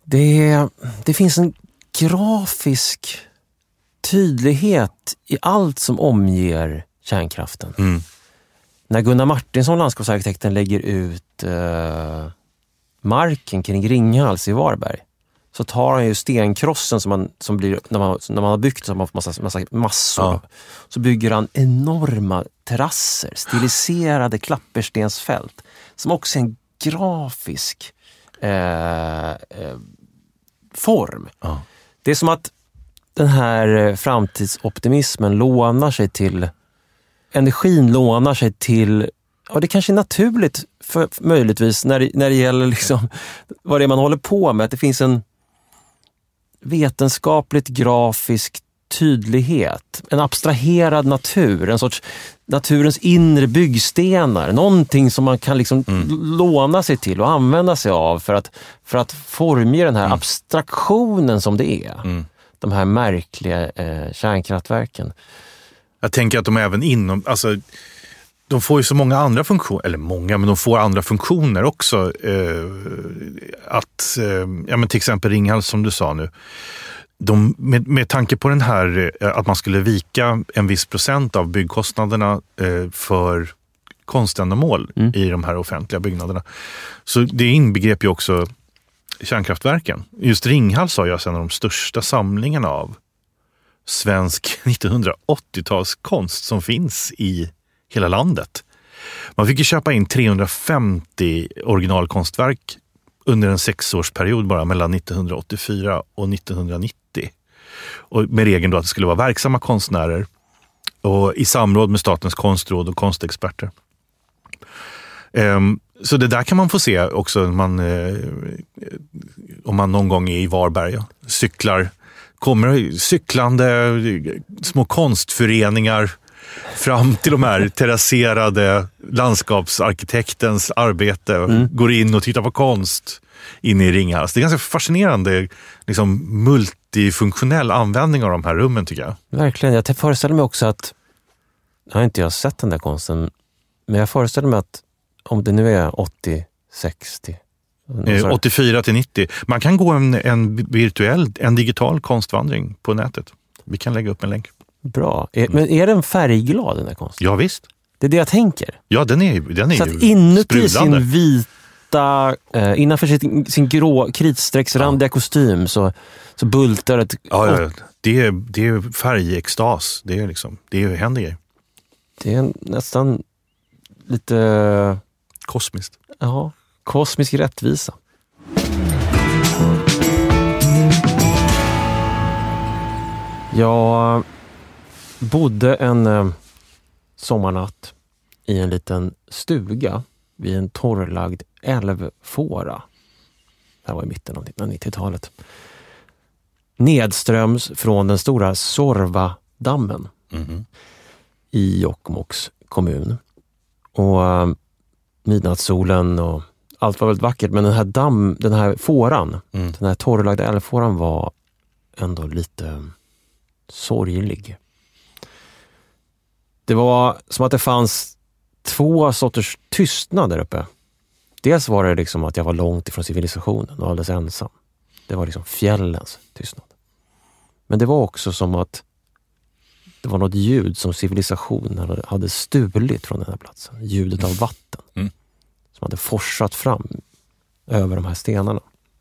Det, det finns en grafisk tydlighet i allt som omger kärnkraften. Mm. När Gunnar Martinsson, landskapsarkitekten, lägger ut eh, marken kring Ringhals i Varberg, så tar han ju stenkrossen som, man, som blir, när man, när man har byggt så har man massa, massa massor. Ja. Så bygger han enorma terrasser, stiliserade klapperstensfält, som också är en grafisk eh, eh, form. Ja. Det är som att den här framtidsoptimismen lånar sig till, energin lånar sig till, ja, det kanske är naturligt för, möjligtvis när det, när det gäller liksom vad det är man håller på med, att det finns en vetenskapligt grafisk tydlighet, en abstraherad natur, en sorts naturens inre byggstenar, någonting som man kan liksom mm. låna sig till och använda sig av för att, för att formge den här mm. abstraktionen som det är. Mm. De här märkliga eh, kärnkraftverken. Jag tänker att de även inom, alltså de får ju så många andra funktioner, eller många, men de får andra funktioner också. Eh, att, eh, ja men till exempel Ringhals som du sa nu. De, med, med tanke på den här, att man skulle vika en viss procent av byggkostnaderna eh, för konständamål mm. i de här offentliga byggnaderna. Så det inbegrep ju också kärnkraftverken. Just Ringhals har ju en av de största samlingarna av svensk nittonhundraåttiotalskonst som finns i hela landet. Man fick ju köpa in trehundrafemtio originalkonstverk under en sexårsperiod bara mellan nittonhundraåttiofyra och nittonhundranittio. Och med regeln då att det skulle vara verksamma konstnärer och i samråd med Statens konstråd och konstexperter. Um, så det där kan man få se också man, eh, om man någon gång är i Varberg och cyklar. Kommer cyklande små konstföreningar fram till de här terrasserade landskapsarkitektens arbete och mm. går in och tittar på konst inne i Ringhals. Det är ganska fascinerande liksom, multifunktionell användning av de här rummen tycker jag. Verkligen, jag föreställer mig också att, jag har inte jag sett den där konsten, men jag föreställer mig att om det nu är åttio sextio eh, åttiofyra till nittio. Man kan gå en, en virtuell, en digital konstvandring på nätet. Vi kan lägga upp en länk. Bra. Är, men är den färgglad den där konsten? Ja visst. Det är det jag tänker. Ja, den är, den är så ju att inuti sprudlande. Sin vita, eh, innanför sin, sin grå kritstrecksrandiga ja. kostym så, så bultar ett... Ja, ja, ja. Det är, det är färgextas. Det är liksom, det är händer grejer. Det är nästan lite... Kosmiskt. Ja, kosmisk rättvisa. Jag bodde en eh, sommarnatt i en liten stuga vid en torrlagd älvfåra. Det här var i mitten av nittonhundranittiotalet. Nedströms från den stora Sorvadammen mm-hmm. i Jokkmokks kommun. Och eh, midnattssolen och allt var väldigt vackert, men den här damm, den här fåran, mm. den här torrlagda älvfåran var ändå lite sorglig. Det var som att det fanns två sorters tystnad där uppe. Dels var det liksom att jag var långt ifrån civilisationen och alldeles ensam. Det var liksom fjällens tystnad. Men det var också som att det var något ljud som civilisationen hade stulit från den här platsen. Ljudet av vatten. Mm. Som hade forsat fram över de här stenarna.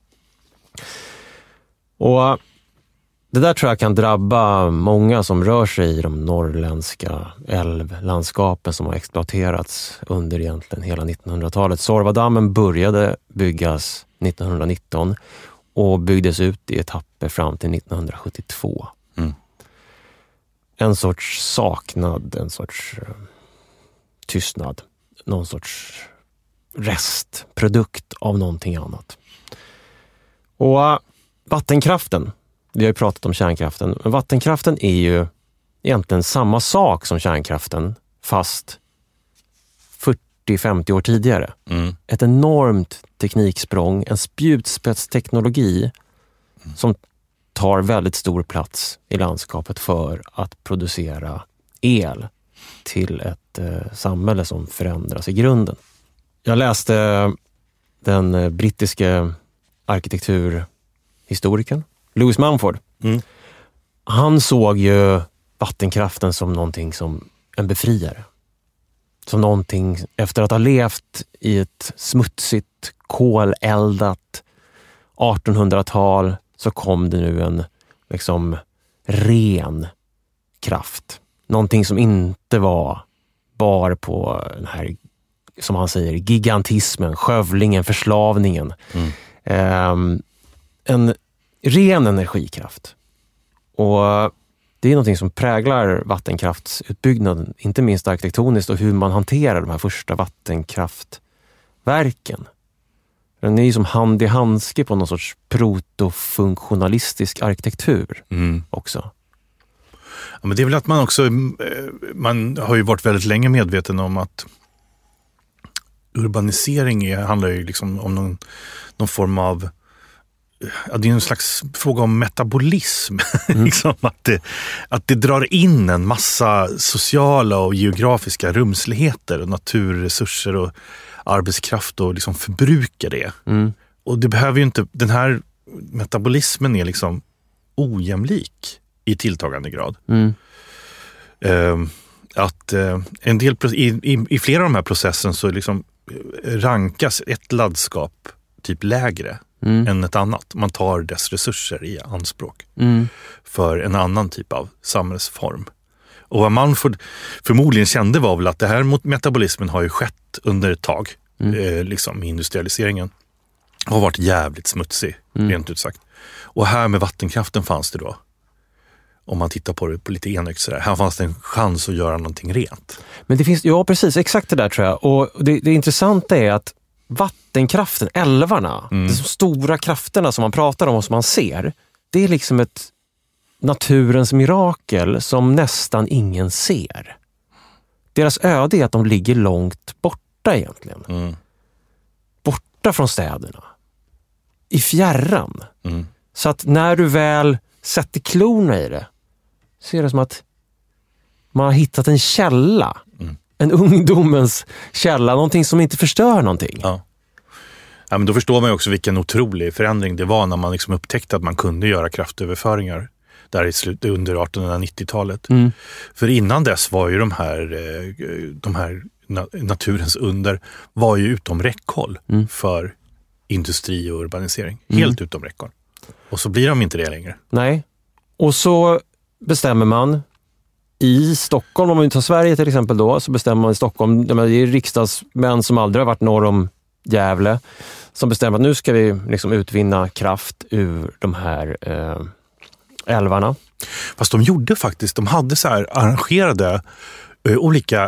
Och det där tror jag kan drabba många som rör sig i de norrländska älvlandskapen som har exploaterats under egentligen hela nittonhundratalet. Sorvadammen började byggas nittonhundranitton och byggdes ut i etapper fram till nittonhundrasjuttiotvå. Mm. En sorts saknad, en sorts uh, tystnad, någon sorts restprodukt av någonting annat. Och uh, vattenkraften, vi har ju pratat om kärnkraften, men vattenkraften är ju egentligen samma sak som kärnkraften, fast fyrtio femtio år tidigare. Mm. Ett enormt tekniksprång, en spjutspetsteknologi mm. som tar väldigt stor plats i landskapet för att producera el till ett eh, samhälle som förändras i grunden. Jag läste den eh, brittiske arkitektur historikern Lewis Mumford. Mm. Han såg ju vattenkraften som någonting som en befriare. Som någonting, efter att ha levt i ett smutsigt, koleldat artonhundratal, så kom det nu en liksom ren kraft. Någonting som inte var bar på den här, som han säger, gigantismen, skövlingen, förslavningen. Mm. Um, en ren energikraft. Och det är någonting som präglar vattenkraftsutbyggnaden, inte minst arkitektoniskt, och hur man hanterar de här första vattenkraftverken. Den är ju som hand i handske på någon sorts protofunktionalistisk arkitektur mm. också. Ja, men det är väl att man också, man har ju varit väldigt länge medveten om att urbanisering är, handlar ju liksom om någon, någon form av, ja, det är en slags fråga om metabolism. Mm. liksom att, det, att det drar in en massa sociala och geografiska rumsligheter och naturresurser och arbetskraft och liksom förbrukar det. Mm. Och det behöver ju inte, den här metabolismen är liksom ojämlik i tilltagande grad. Mm. Uh, att uh, en del, i, i, i flera av de här processen så liksom rankas ett landskap typ lägre mm. än ett annat. Man tar dess resurser i anspråk mm. för en annan typ av samhällsform. Och vad man för, förmodligen kände var väl att det här mot metabolismen har ju skett under ett tag. Mm. Eh, liksom industrialiseringen har varit jävligt smutsig, mm. rent ut sagt. Och här med vattenkraften fanns det då, om man tittar på det på lite enögt sådär, här fanns det en chans att göra någonting rent. Men det finns, ja precis, exakt det där tror jag. Och det, det intressanta är att vattenkraften, älvarna, mm. de stora krafterna som man pratar om och som man ser, det är liksom ett naturens mirakel som nästan ingen ser. Deras öde är att de ligger långt borta egentligen. Mm. Borta från städerna. I fjärran. Mm. Så att när du väl sätter klorna i det, så är det som att man har hittat en källa. Mm. En ungdomens källa. Någonting som inte förstör någonting. Ja. Ja, men då förstår man ju också vilken otrolig förändring det var när man liksom upptäckte att man kunde göra kraftöverföringar där i slutet under artonhundranittiotalet. Mm. För innan dess var ju de här, de här naturens under var ju utom räckhåll mm. för industri och urbanisering. Mm. Helt utom räckhåll. Och så blir de inte det längre. Nej. Och så bestämmer man i Stockholm, om man tar Sverige till exempel då, så bestämmer man i Stockholm, det är riksdagsmän som aldrig har varit norr om Gävle, som bestämmer att nu ska vi liksom utvinna kraft ur de här eh, älvarna. Fast de gjorde faktiskt, de hade så här arrangerade eh, olika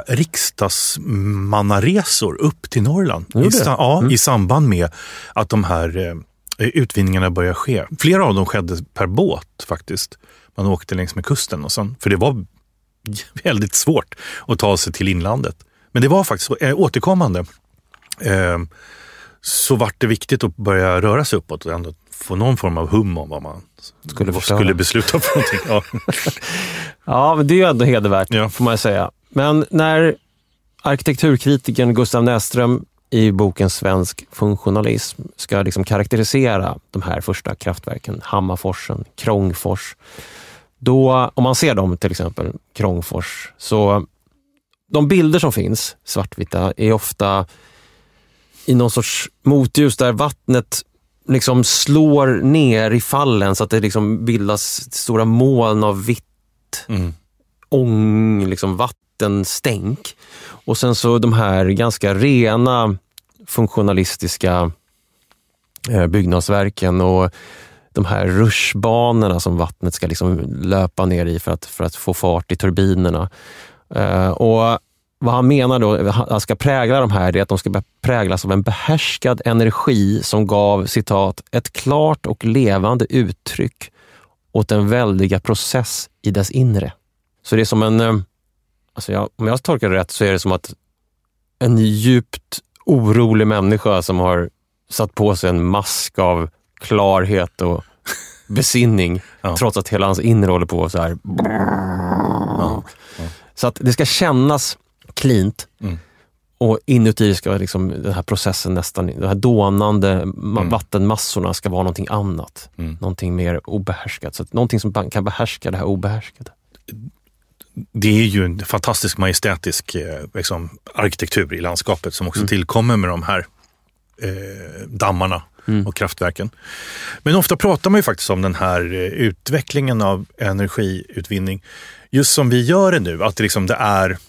riksdagsmannaresor upp till Norrland. I, ja, mm. i samband med att de här eh, utvinningarna började ske. Flera av dem skedde per båt faktiskt. Man åkte längs med kusten och sen, för det var väldigt svårt att ta sig till inlandet. Men det var faktiskt äh, återkommande. Eh, så vart det viktigt att börja röra sig uppåt och ändå få någon form av hum om vad man skulle, vad skulle besluta för någonting. Ja. Ja, men det är ju ändå hedervärt, ja. Får man säga. Men när arkitekturkritiken Gustav Näsström i boken Svensk funktionalism ska liksom karaktärisera de här första kraftverken, Hammarforsen, Krångfors, då, om man ser dem till exempel, Krångfors, så de bilder som finns, svartvita, är ofta i någon sorts motljus där vattnet liksom slår ner i fallen så att det liksom bildas stora moln av vitt mm. ång, liksom vattenstänk. Och sen så de här ganska rena funktionalistiska eh, byggnadsverken och de här rutschbanorna som vattnet ska liksom löpa ner i för att, för att få fart i turbinerna. Eh, och vad han menar då, han ska prägla de här, det är att de ska präglas av en behärskad energi som gav, citat, ett klart och levande uttryck åt en väldiga process i dess inre. Så det är som en, alltså jag, om jag tolkar det rätt så är det som att en djupt orolig människa som har satt på sig en mask av klarhet och besinning ja. Trots att hela hans inre håller på så här. Ja. Ja. Så att det ska kännas klint. Mm. Och inuti ska liksom den här processen nästan, de här dånande Mm. vattenmassorna ska vara någonting annat. Mm. Någonting mer obehärskat. Så att någonting som kan behärska det här obehärskade. Det är ju en fantastisk majestätisk eh, liksom, arkitektur i landskapet som också Mm. tillkommer med de här eh, dammarna Mm. och kraftverken. Men ofta pratar man ju faktiskt om den här eh, utvecklingen av energiutvinning just som vi gör det nu. Att det, liksom, det är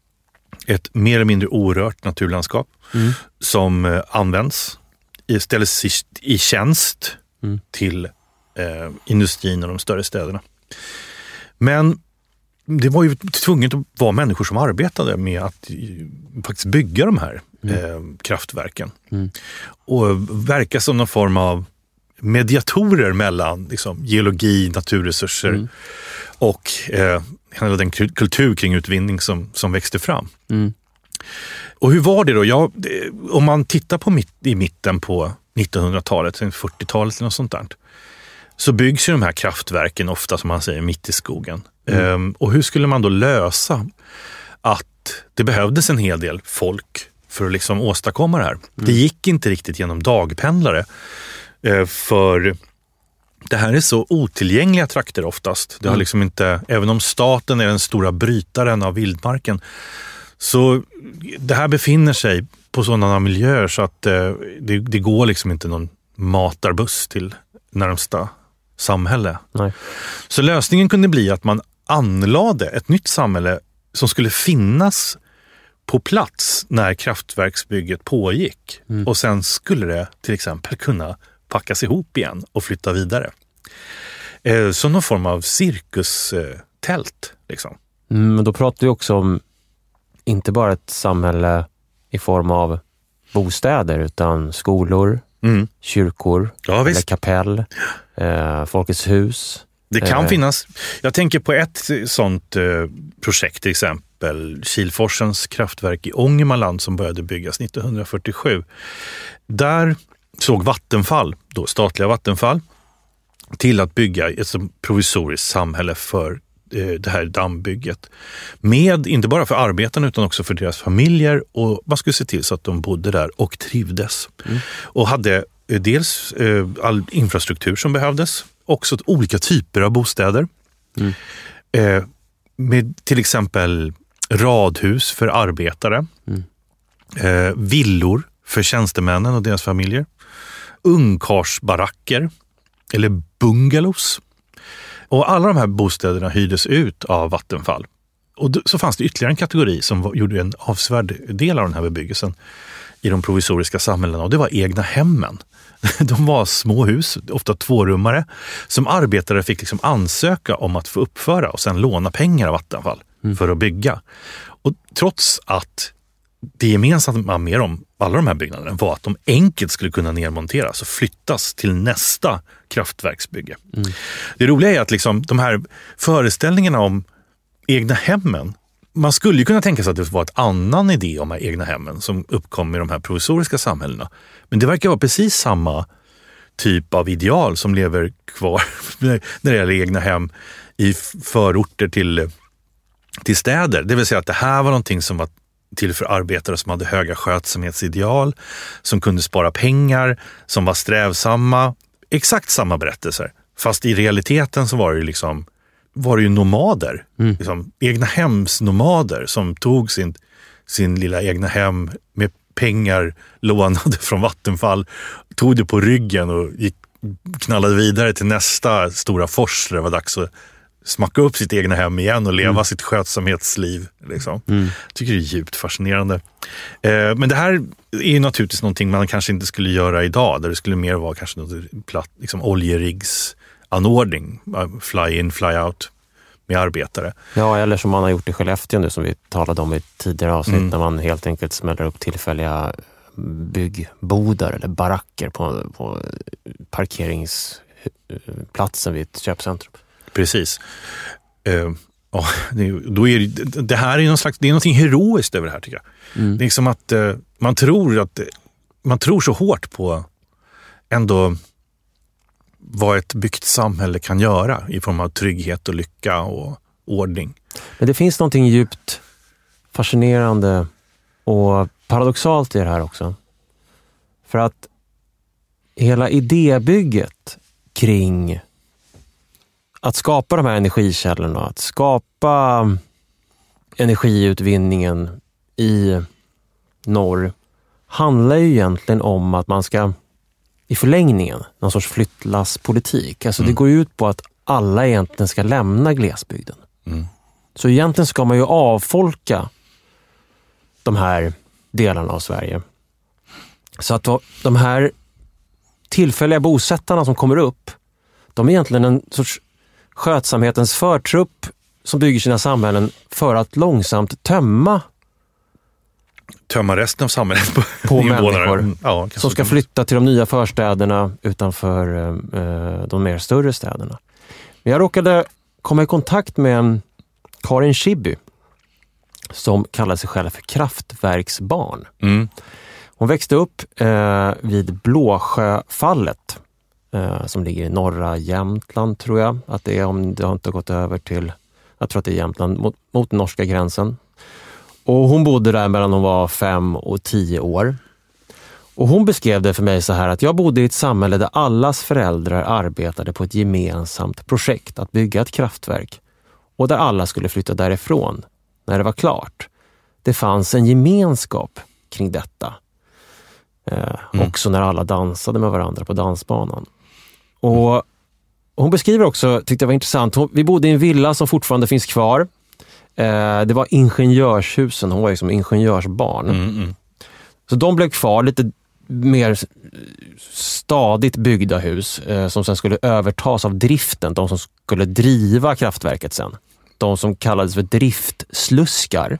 ett mer eller mindre orört naturlandskap Mm. som eh, används, ställs i, i tjänst Mm. till eh, industrin och de större städerna. Men det var ju tvunget att vara människor som arbetade med att eh, faktiskt bygga de här Mm. eh, kraftverken. Mm. Och verka som någon form av mediatorer mellan liksom, geologi, naturresurser Mm. och eh, hela den kultur kring utvinning som, som växte fram. Mm. Och hur var det då? Ja, det, om man tittar på mitt, i mitten på nittonhundratalet, fyrtiotalet eller något sånt där, så byggs ju de här kraftverken ofta, som man säger, mitt i skogen. Mm. Ehm, och hur skulle man då lösa att det behövdes en hel del folk för att liksom åstadkomma det här? Mm. Det gick inte riktigt genom dagpendlare, eh, för det här är så otillgängliga trakter oftast. Det har Mm. liksom inte, även om staten är den stora brytaren av vildmarken, så det här befinner sig på sådana miljöer så att eh, det, det går liksom inte någon matarbuss till närmsta samhälle. Nej. Så lösningen kunde bli att man anlade ett nytt samhälle som skulle finnas på plats när kraftverksbygget pågick. Mm. Och sen skulle det till exempel kunna packas ihop igen och flytta vidare. Eh, som någon form av cirkustält liksom. Mm, men då pratar vi också om inte bara ett samhälle i form av bostäder utan skolor, Mm. kyrkor, Ja, eller visst. kapell, eh, Folkets hus. Det kan Eh. finnas. Jag tänker på ett sånt eh, projekt, till exempel Kilforsens kraftverk i Ångermanland som började byggas nittonhundrafyrtiosju. Där såg Vattenfall, då statliga Vattenfall, till att bygga ett som provisoriskt samhälle för eh, det här dammbygget. Med, inte bara för arbetarna utan också för deras familjer, och man skulle se till så att de bodde där och trivdes. Mm. Och hade eh, dels eh, all infrastruktur som behövdes, också olika typer av bostäder. Mm. Eh, med till exempel radhus för arbetare, Mm. eh, villor för tjänstemännen och deras familjer, ungkarsbaracker eller bungalows. Och alla de här bostäderna hyrdes ut av Vattenfall. Och så fanns det ytterligare en kategori som var, gjorde en avsevärd del av den här bebyggelsen i de provisoriska samhällena, och det var egna hemmen. De var små hus, ofta tvårummare, som arbetare fick liksom ansöka om att få uppföra och sen låna pengar av Vattenfall Mm. för att bygga. Och trots att det gemensamma med dem, alla de här byggnaderna, var att de enkelt skulle kunna nedmonteras och flyttas till nästa kraftverksbygge. Mm. Det roliga är att liksom, de här föreställningarna om egna hemmen, man skulle ju kunna tänka sig att det var ett annan idé om de här egna hemmen som uppkom i de här provisoriska samhällena. Men det verkar vara precis samma typ av ideal som lever kvar när det gäller egna hem i förorter till, till städer. Det vill säga att det här var någonting som var till för arbetare som hade höga skötsamhetsideal, som kunde spara pengar, som var strävsamma. Exakt samma berättelser. Fast i realiteten så var det ju liksom var det ju nomader, Mm. liksom, egna hemsnomader som tog sin, sin lilla egna hem med pengar lånade från Vattenfall, tog det på ryggen och gick, knallade vidare till nästa stora fors där det var dags att smacka upp sitt egna hem igen och leva Mm. sitt skötsamhetsliv. Liksom. Mm. Jag tycker det är djupt fascinerande. Eh, men det här är ju naturligtvis någonting man kanske inte skulle göra idag, där det skulle mer vara kanske något platt, liksom oljerigsanordning, fly in, fly out med arbetare. Ja, eller som man har gjort i Skellefteå nu, som vi talade om i tidigare avsnitt, Mm. när man helt enkelt smäller upp tillfälliga byggbodar eller baracker på, på parkeringsplatsen vid ett köpcentrum. Precis. Eh, ja, det, då är det, det här är någon slags, det är någonting heroiskt över det här, tycker jag. Mm. Det är som att eh, man tror att man tror så hårt på ändå vad ett byggt samhälle kan göra i form av trygghet och lycka och ordning. Men det finns någonting djupt fascinerande och paradoxalt i det här också. För att hela idébygget kring att skapa de här energikällorna, att skapa energiutvinningen i norr handlar ju egentligen om att man ska i förlängningen, någon sorts flyttlasspolitik. Alltså mm. det går ut på att alla egentligen ska lämna glesbygden. Mm. Så egentligen ska man ju avfolka de här delarna av Sverige. Så att de här tillfälliga bosättarna som kommer upp, de är egentligen en sorts skötsamhetens förtrupp som bygger sina samhällen för att långsamt tömma tömma resten av samhället på, på människor ja, som ska flytta till de nya förstäderna utanför eh, de mer större städerna. Men jag råkade komma i kontakt med Karin Schibbye som kallar sig själv för kraftverksbarn. Mm. Hon växte upp eh, vid Blåsjöfallet eh, som ligger i norra Jämtland, tror jag att det är, om det har inte gått över till, jag tror att det är Jämtland, mot, mot norska gränsen. Och hon bodde där mellan hon var fem och tio år. Och hon beskrev det för mig så här att jag bodde i ett samhälle där allas föräldrar arbetade på ett gemensamt projekt att bygga ett kraftverk. Och där alla skulle flytta därifrån när det var klart. Det fanns en gemenskap kring detta. Eh, mm. Också när alla dansade med varandra på dansbanan. Och hon beskriver också, tyckte jag var intressant, hon, vi bodde i en villa som fortfarande finns kvar. Eh, det var ingenjörshusen, hon var ju som ingenjörsbarn. Mm, mm. Så de blev kvar, lite mer stadigt byggda hus eh, som sen skulle övertas av driften, de som skulle driva kraftverket sen. De som kallades för driftsluskar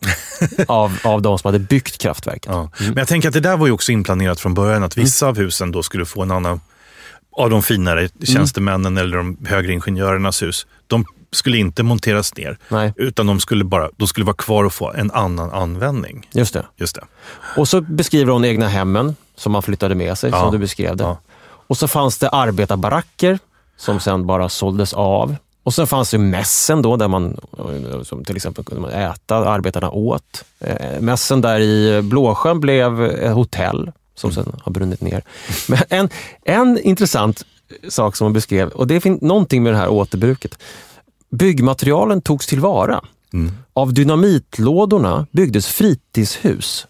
av, av de som hade byggt kraftverket. Ja. Mm. Men jag tänker att det där var ju också inplanerat från början, att vissa mm. av husen då skulle få en annan, av de finare tjänstemännen mm. eller de högre ingenjörernas hus, de skulle inte monteras ner. Nej. Utan de skulle bara, de skulle vara kvar och få en annan användning. Just det. Just det. Och så beskriver hon egna hemmen som man flyttade med sig, ja. Som du beskrev det. Ja. Och så fanns det arbetarbaracker som sen bara såldes av. Och sen fanns det mässen då, där man, som till exempel kunde man äta, arbetarna åt. Mässen där i Blåsjön blev ett hotell som mm. sen har brunnit ner. Men en, en intressant sak som hon beskrev, och det finns någonting med det här återbruket. Byggmaterialen togs tillvara. Mm. Av dynamitlådorna byggdes fritidshus.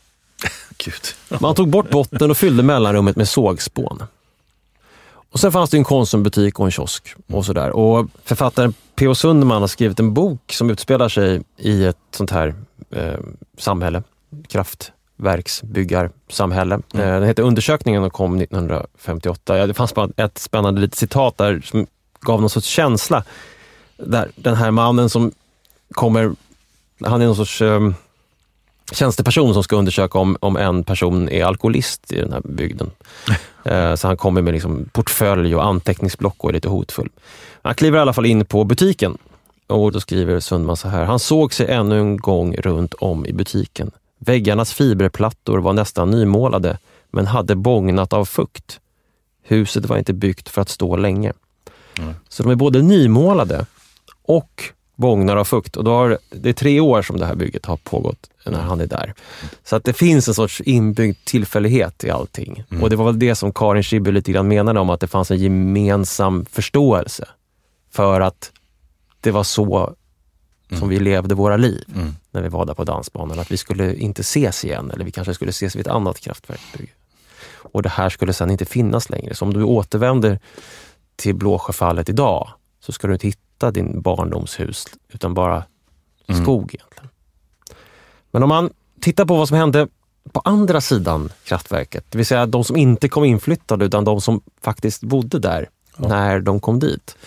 Gud. Man tog bort botten och fyllde mellanrummet med sågspån. Och sen fanns det en konsumbutik och en kiosk och sådär. Och författaren P O Sundman har skrivit en bok som utspelar sig i ett sånt här eh, samhälle. Kraftverksbyggarsamhälle. Mm. Eh, den heter Undersökningen och kom nittonhundrafemtioåtta. Ja, det fanns bara ett spännande litet citat där som gav någon sorts känsla. Där den här mannen som kommer, han är någon sorts eh, tjänsteperson som ska undersöka om, om en person är alkoholist i den här bygden. eh, så han kommer med liksom portfölj och anteckningsblock och är lite hotfull. Han kliver i alla fall in på butiken och då skriver Sundman så här: han såg sig ännu en gång runt om i butiken. Väggarnas fiberplattor var nästan nymålade men hade bågnat av fukt. Huset var inte byggt för att stå länge. Mm. Så de är både nymålade och bågnar av fukt. Och då har, det är tre år som det här bygget har pågått när han är där. Så att det finns en sorts inbyggd tillfällighet i allting. Mm. Och det var väl det som Karin Schibbye lite grann menade om, att det fanns en gemensam förståelse för att det var så mm. som vi levde våra liv mm. när vi var där på dansbanan. Att vi skulle inte ses igen, eller vi kanske skulle ses vid ett annat kraftverksbygge. Och det här skulle sen inte finnas längre. Så om du återvänder till Blåsjöfallet idag så ska du inte hitta din barndomshus utan bara skog mm. egentligen. Men om man tittar på vad som hände på andra sidan kraftverket, det vill säga de som inte kom inflyttade utan de som faktiskt bodde där ja. när de kom dit.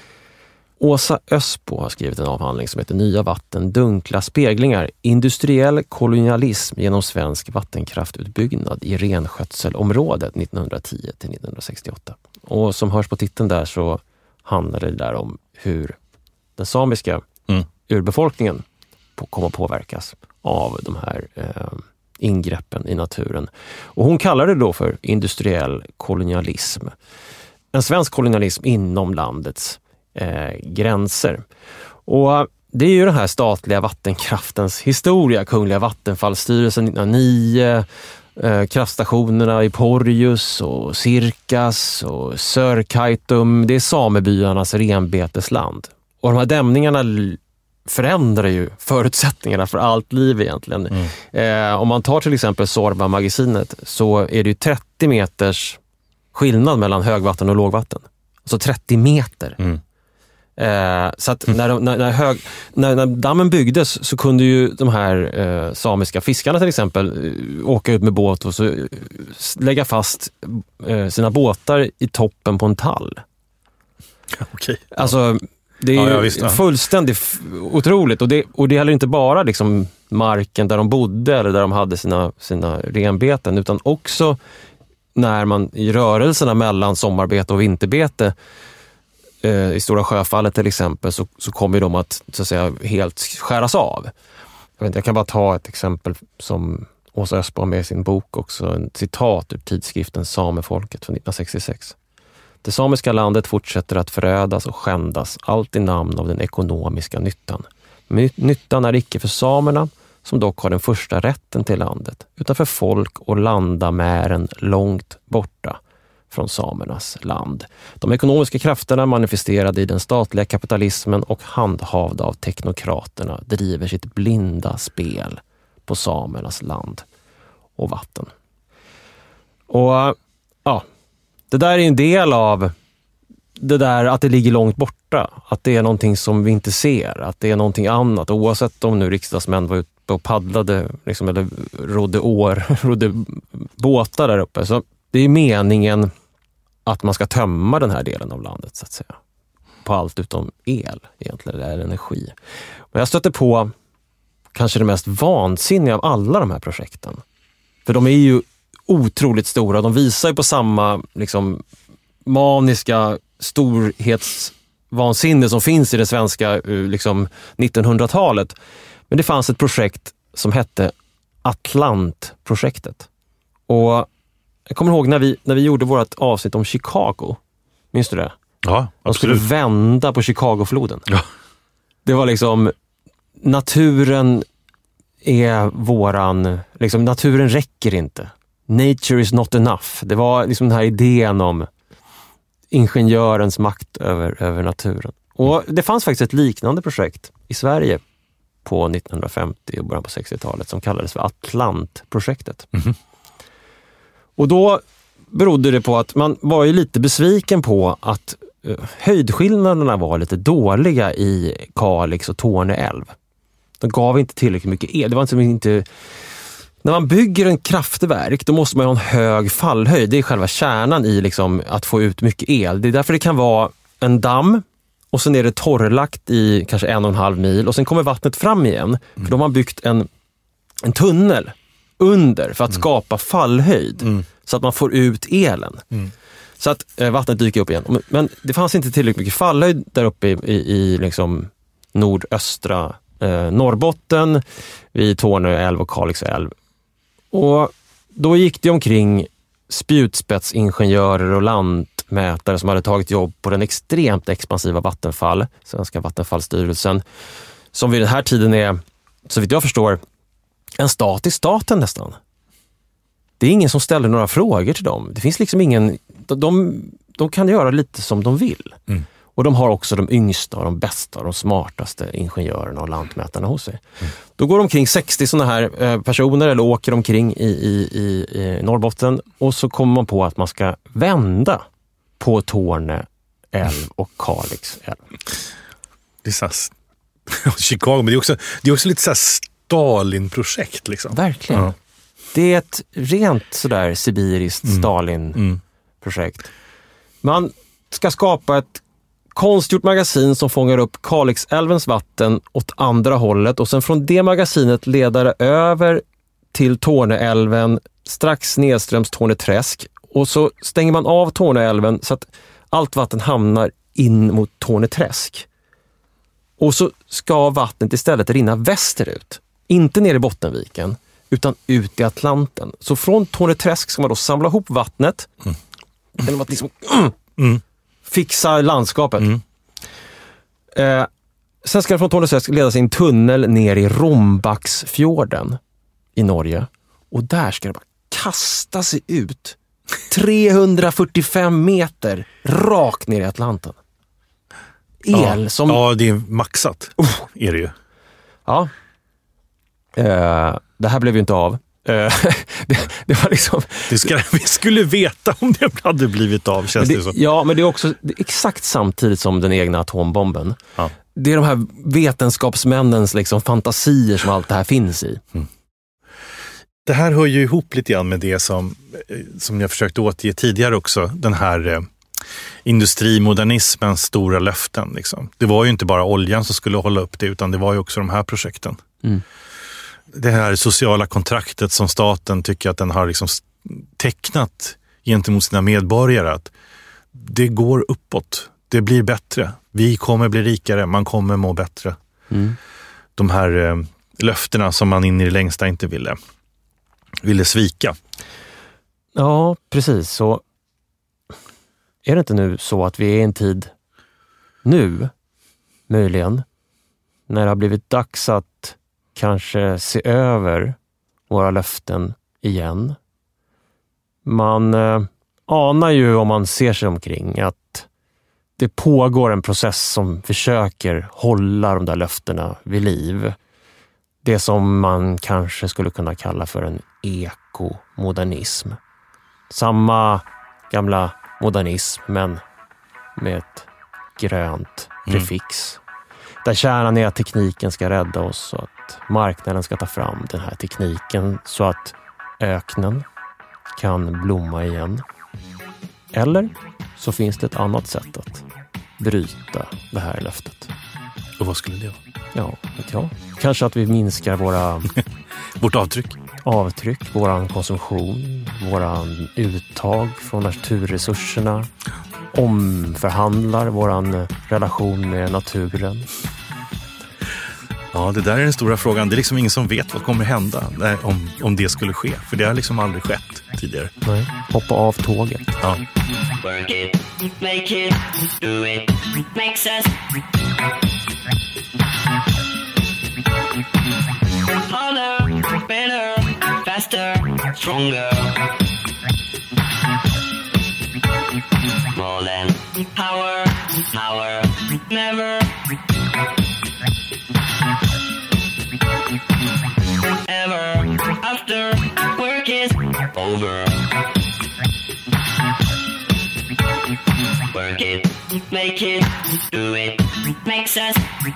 Åsa Ösbo har skrivit en avhandling som heter Nya vatten, dunkla speglingar, industriell kolonialism genom svensk vattenkraftutbyggnad i renskötselområdet nittonhundratio till nittonhundrasextioåtta. Och som hörs på titeln där så handlar det där om hur den samiska mm. urbefolkningen på, kommer att påverkas av de här eh, ingreppen i naturen. Och hon kallar det då för industriell kolonialism. En svensk kolonialism inom landets eh, gränser. Och det är ju den här statliga vattenkraftens historia. Kungliga vattenfallsstyrelsen nittonhundranio, eh, kraftstationerna i Porjus och Sirkas och Sörkaitum. Det är samebyarnas renbetesland. Och de här dämningarna förändrar ju förutsättningarna för allt liv egentligen. Mm. Eh, om man tar till exempel Sorba-magasinet så är det ju trettio meters skillnad mellan högvatten och lågvatten. Alltså trettio meter. Mm. Eh, så att när, de, när, när, hög, när, när dammen byggdes så kunde ju de här eh, samiska fiskarna till exempel eh, åka ut med båt och så eh, lägga fast eh, sina båtar i toppen på en tall. Okej. Alltså det är ja, ja, visst, ja. fullständigt f- otroligt och det, och det gäller inte bara liksom marken där de bodde eller där de hade sina, sina renbeten utan också när man i rörelserna mellan sommarbete och vinterbete i Stora Sjöfallet till exempel så, så kommer de att, så att säga, helt skäras av. Jag, vet inte, jag kan bara ta ett exempel som Åsa Östberg med i sin bok också, en citat ur tidskriften Samefolket från nittonhundrasextiosex. Det samiska landet fortsätter att förödas och skändas, allt i namn av den ekonomiska nyttan. Men nyttan är icke för samerna, som dock har den första rätten till landet, utan för folk och landamären långt borta från samernas land. De ekonomiska krafterna manifesterade i den statliga kapitalismen och handhavda av teknokraterna driver sitt blinda spel på samernas land och vatten. Och ja, det där är en del av det där att det ligger långt borta. Att det är någonting som vi inte ser. Att det är någonting annat. Oavsett om nu riksdagsmän var ute och paddlade liksom, eller rodde, år, rodde båtar där uppe. Så det är meningen att man ska tömma den här delen av landet så att säga. På allt utom el egentligen, eller energi. Men jag stötte på kanske det mest vansinniga av alla de här projekten. För de är ju otroligt stora. De visar ju på samma liksom, maniska storhetsvansinne som finns i det svenska liksom, nittonhundratalet. Men det fanns ett projekt som hette Atlantprojektet. Och jag kommer ihåg när vi, när vi gjorde vårt avsnitt om Chicago. Minns du det? Ja, de skulle absolut. vända på Chicagofloden. Ja. Det var liksom, naturen är våran, liksom naturen räcker inte. Nature is not enough. Det var liksom den här idén om ingenjörens makt över, över naturen. Och det fanns faktiskt ett liknande projekt i Sverige på nittonhundrafemtio och början på sextiotalet som kallades för Atlantprojektet. Mm-hmm. Och då berodde det på att man var ju lite besviken på att uh, höjdskillnaderna var lite dåliga i Kalix och Torne älv. De gav inte tillräckligt mycket el. Det var inte, inte när man bygger en kraftverk då måste man ha en hög fallhöjd. Det är själva kärnan i liksom, att få ut mycket el. Det är därför det kan vara en damm och sen är det torrlagt i kanske en och en halv mil och sen kommer vattnet fram igen. Mm. För då har man byggt en, en tunnel under för att mm. skapa fallhöjd mm. så att man får ut elen. Mm. Så att eh, vattnet dyker upp igen. Men det fanns inte tillräckligt mycket fallhöjd där uppe i, i, i liksom nordöstra eh, Norrbotten vid Torne älv och Kalix älv. Och då gick det omkring spjutspetsingenjörer och lantmätare som hade tagit jobb på den extremt expansiva Vattenfall, Svenska Vattenfallsstyrelsen, som vid den här tiden är, så vitt jag förstår, en stat i staten nästan. Det är ingen som ställer några frågor till dem. Det finns liksom ingen, de, de kan göra lite som de vill. Mm. Och de har också de yngsta och de bästa och de smartaste ingenjörerna och lantmätarna hos sig. Mm. Då går de omkring sextio sådana här eh, personer eller åker omkring i, i, i, i Norrbotten och så kommer man på att man ska vända på Torne älv och Kalix älv. Det är så här, Chicago, men det är också, det är också lite så här Stalin-projekt liksom. Verkligen. Ja. Det är ett rent sådär sibiriskt mm. Stalin-projekt. Man ska skapa ett konstgjort magasin som fångar upp Kalixälvens vatten åt andra hållet och sen från det magasinet leder det över till Torneälven strax nedströms Torneträsk och så stänger man av Torneälven så att allt vatten hamnar in mot Torneträsk. Och så ska vattnet istället rinna västerut. Inte ner i Bottenviken utan ut i Atlanten. Så från Torneträsk ska man då samla ihop vattnet mm. genom att liksom mm, mm. fixa landskapet. Mm. Eh, Sen ska det från Torneträsk ledas i en tunnel ner i Rombaksfjorden i Norge. Och där ska det bara kasta sig ut trehundrafyrtiofem meter rakt ner i Atlanten. El ja. som... Ja, det är maxat. Uh. Är det ju. Ja. Uh, det här blev ju inte av. Uh, det, det var liksom... Det ska, vi skulle veta om det hade blivit av, känns det, det så. Ja, men det är också det är exakt samtidigt som den egna atombomben. Ja. Det är de här vetenskapsmännens liksom fantasier som allt det här finns i. Mm. Det här hör ju ihop lite grann med det som, som jag försökte återge tidigare också. Den här eh, industrimodernismens stora löften. Liksom. Det var ju inte bara oljan som skulle hålla upp det, utan det var ju också de här projekten. Mm. Det här sociala kontraktet som staten tycker att den har liksom tecknat gentemot sina medborgare. Att det går uppåt. Det blir bättre. Vi kommer bli rikare. Man kommer må bättre. Mm. De här eh, löftena som man in i det längsta inte ville, ville svika. Ja, precis. Så är det inte nu så att vi är i en tid nu, möjligen, när det har blivit dags att kanske se över våra löften igen. Man eh, anar ju om man ser sig omkring att det pågår en process som försöker hålla de där löftena vid liv. Det som man kanske skulle kunna kalla för en ekomodernism. Samma gamla modernism, men med ett grönt prefix. Mm. Där kärnan är att tekniken ska rädda oss och att marknaden ska ta fram den här tekniken så att öknen kan blomma igen. Eller så finns det ett annat sätt att bryta det här löftet. Och vad skulle det vara? Ja, vet jag. Kanske att vi minskar våra... Vårt avtryck. Avtryck, våran konsumtion, våran uttag från naturresurserna. Omförhandlar våran relation med naturen. Ja, det där är den stora frågan. Det är liksom ingen som vet vad kommer hända om, om det skulle ske. För det har liksom aldrig skett tidigare. Nej, hoppa av tåget. Ja. Work it, make it, do it, makes us harder, better, faster, stronger. More than power, power, never. Ever after work is over. Work it, make it, do it, makes us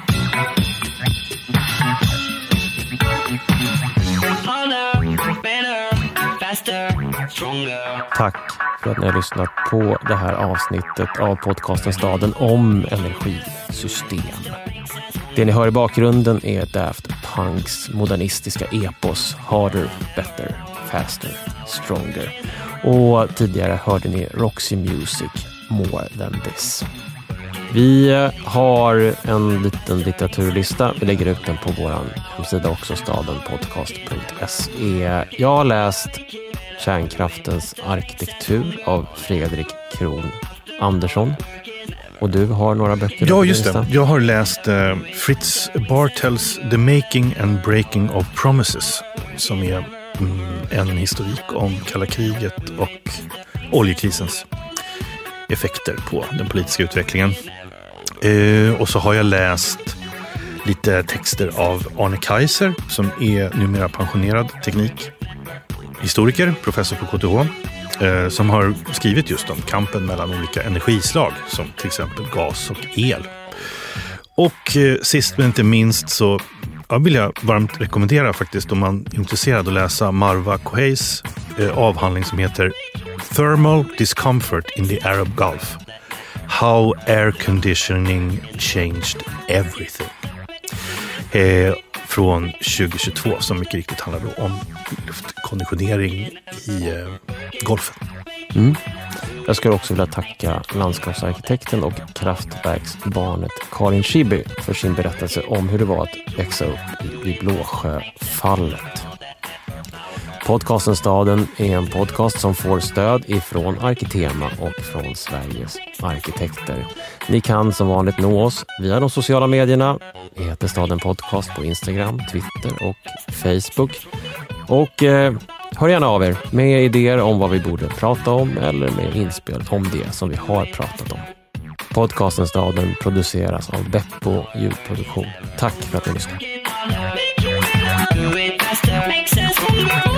harder, better, faster, stronger. Tack för att ni har lyssnat på det här avsnittet av podcasten Staden om energisystem. Det ni hör i bakgrunden är Daft Punks modernistiska epos Harder, Better, Faster, Stronger. Och tidigare hörde ni Roxy Music, More Than This. Vi har en liten litteraturlista. Vi lägger ut den på vår hemsida också, stadenpodcast punkt se. Jag har läst Kärnkraftens arkitektur av Fredrik Kron Andersson. Och du har några böcker? Ja, just det. Jag har läst uh, Fritz Bartels The Making and Breaking of Promises, som är mm, en historik om kalla kriget och oljekrisens effekter på den politiska utvecklingen. Uh, och så har jag läst lite texter av Arne Kaiser, som är numera pensionerad teknikhistoriker, professor på K T H. Som har skrivit just om kampen mellan olika energislag, som till exempel gas och el. Och eh, sist men inte minst så ja, vill jag varmt rekommendera faktiskt, om man är intresserad, att läsa Marwa Koheis eh, avhandling som heter Thermal Discomfort in the Arab Gulf. How Air Conditioning Changed Everything. Eh, från tjugohundratjugotvå, som mycket riktigt handlar då om luftkonditionering i eh, Golfen. Mm. Jag skulle också vilja tacka landskapsarkitekten och kraftverksbarnet Karin Schiby för sin berättelse om hur det var att växa upp i Blåsjöfallet. Podcasten Staden är en podcast som får stöd ifrån Arkitema och från Sveriges arkitekter. Ni kan som vanligt nå oss via de sociala medierna. Vi heter Staden Podcast på Instagram, Twitter och Facebook. Och eh, hör gärna av er med idéer om vad vi borde prata om eller med inspel om det som vi har pratat om. Podcasten Staden produceras av Beppo ljudproduktion. Tack för att ni lyssnar. Do it faster, makes sense.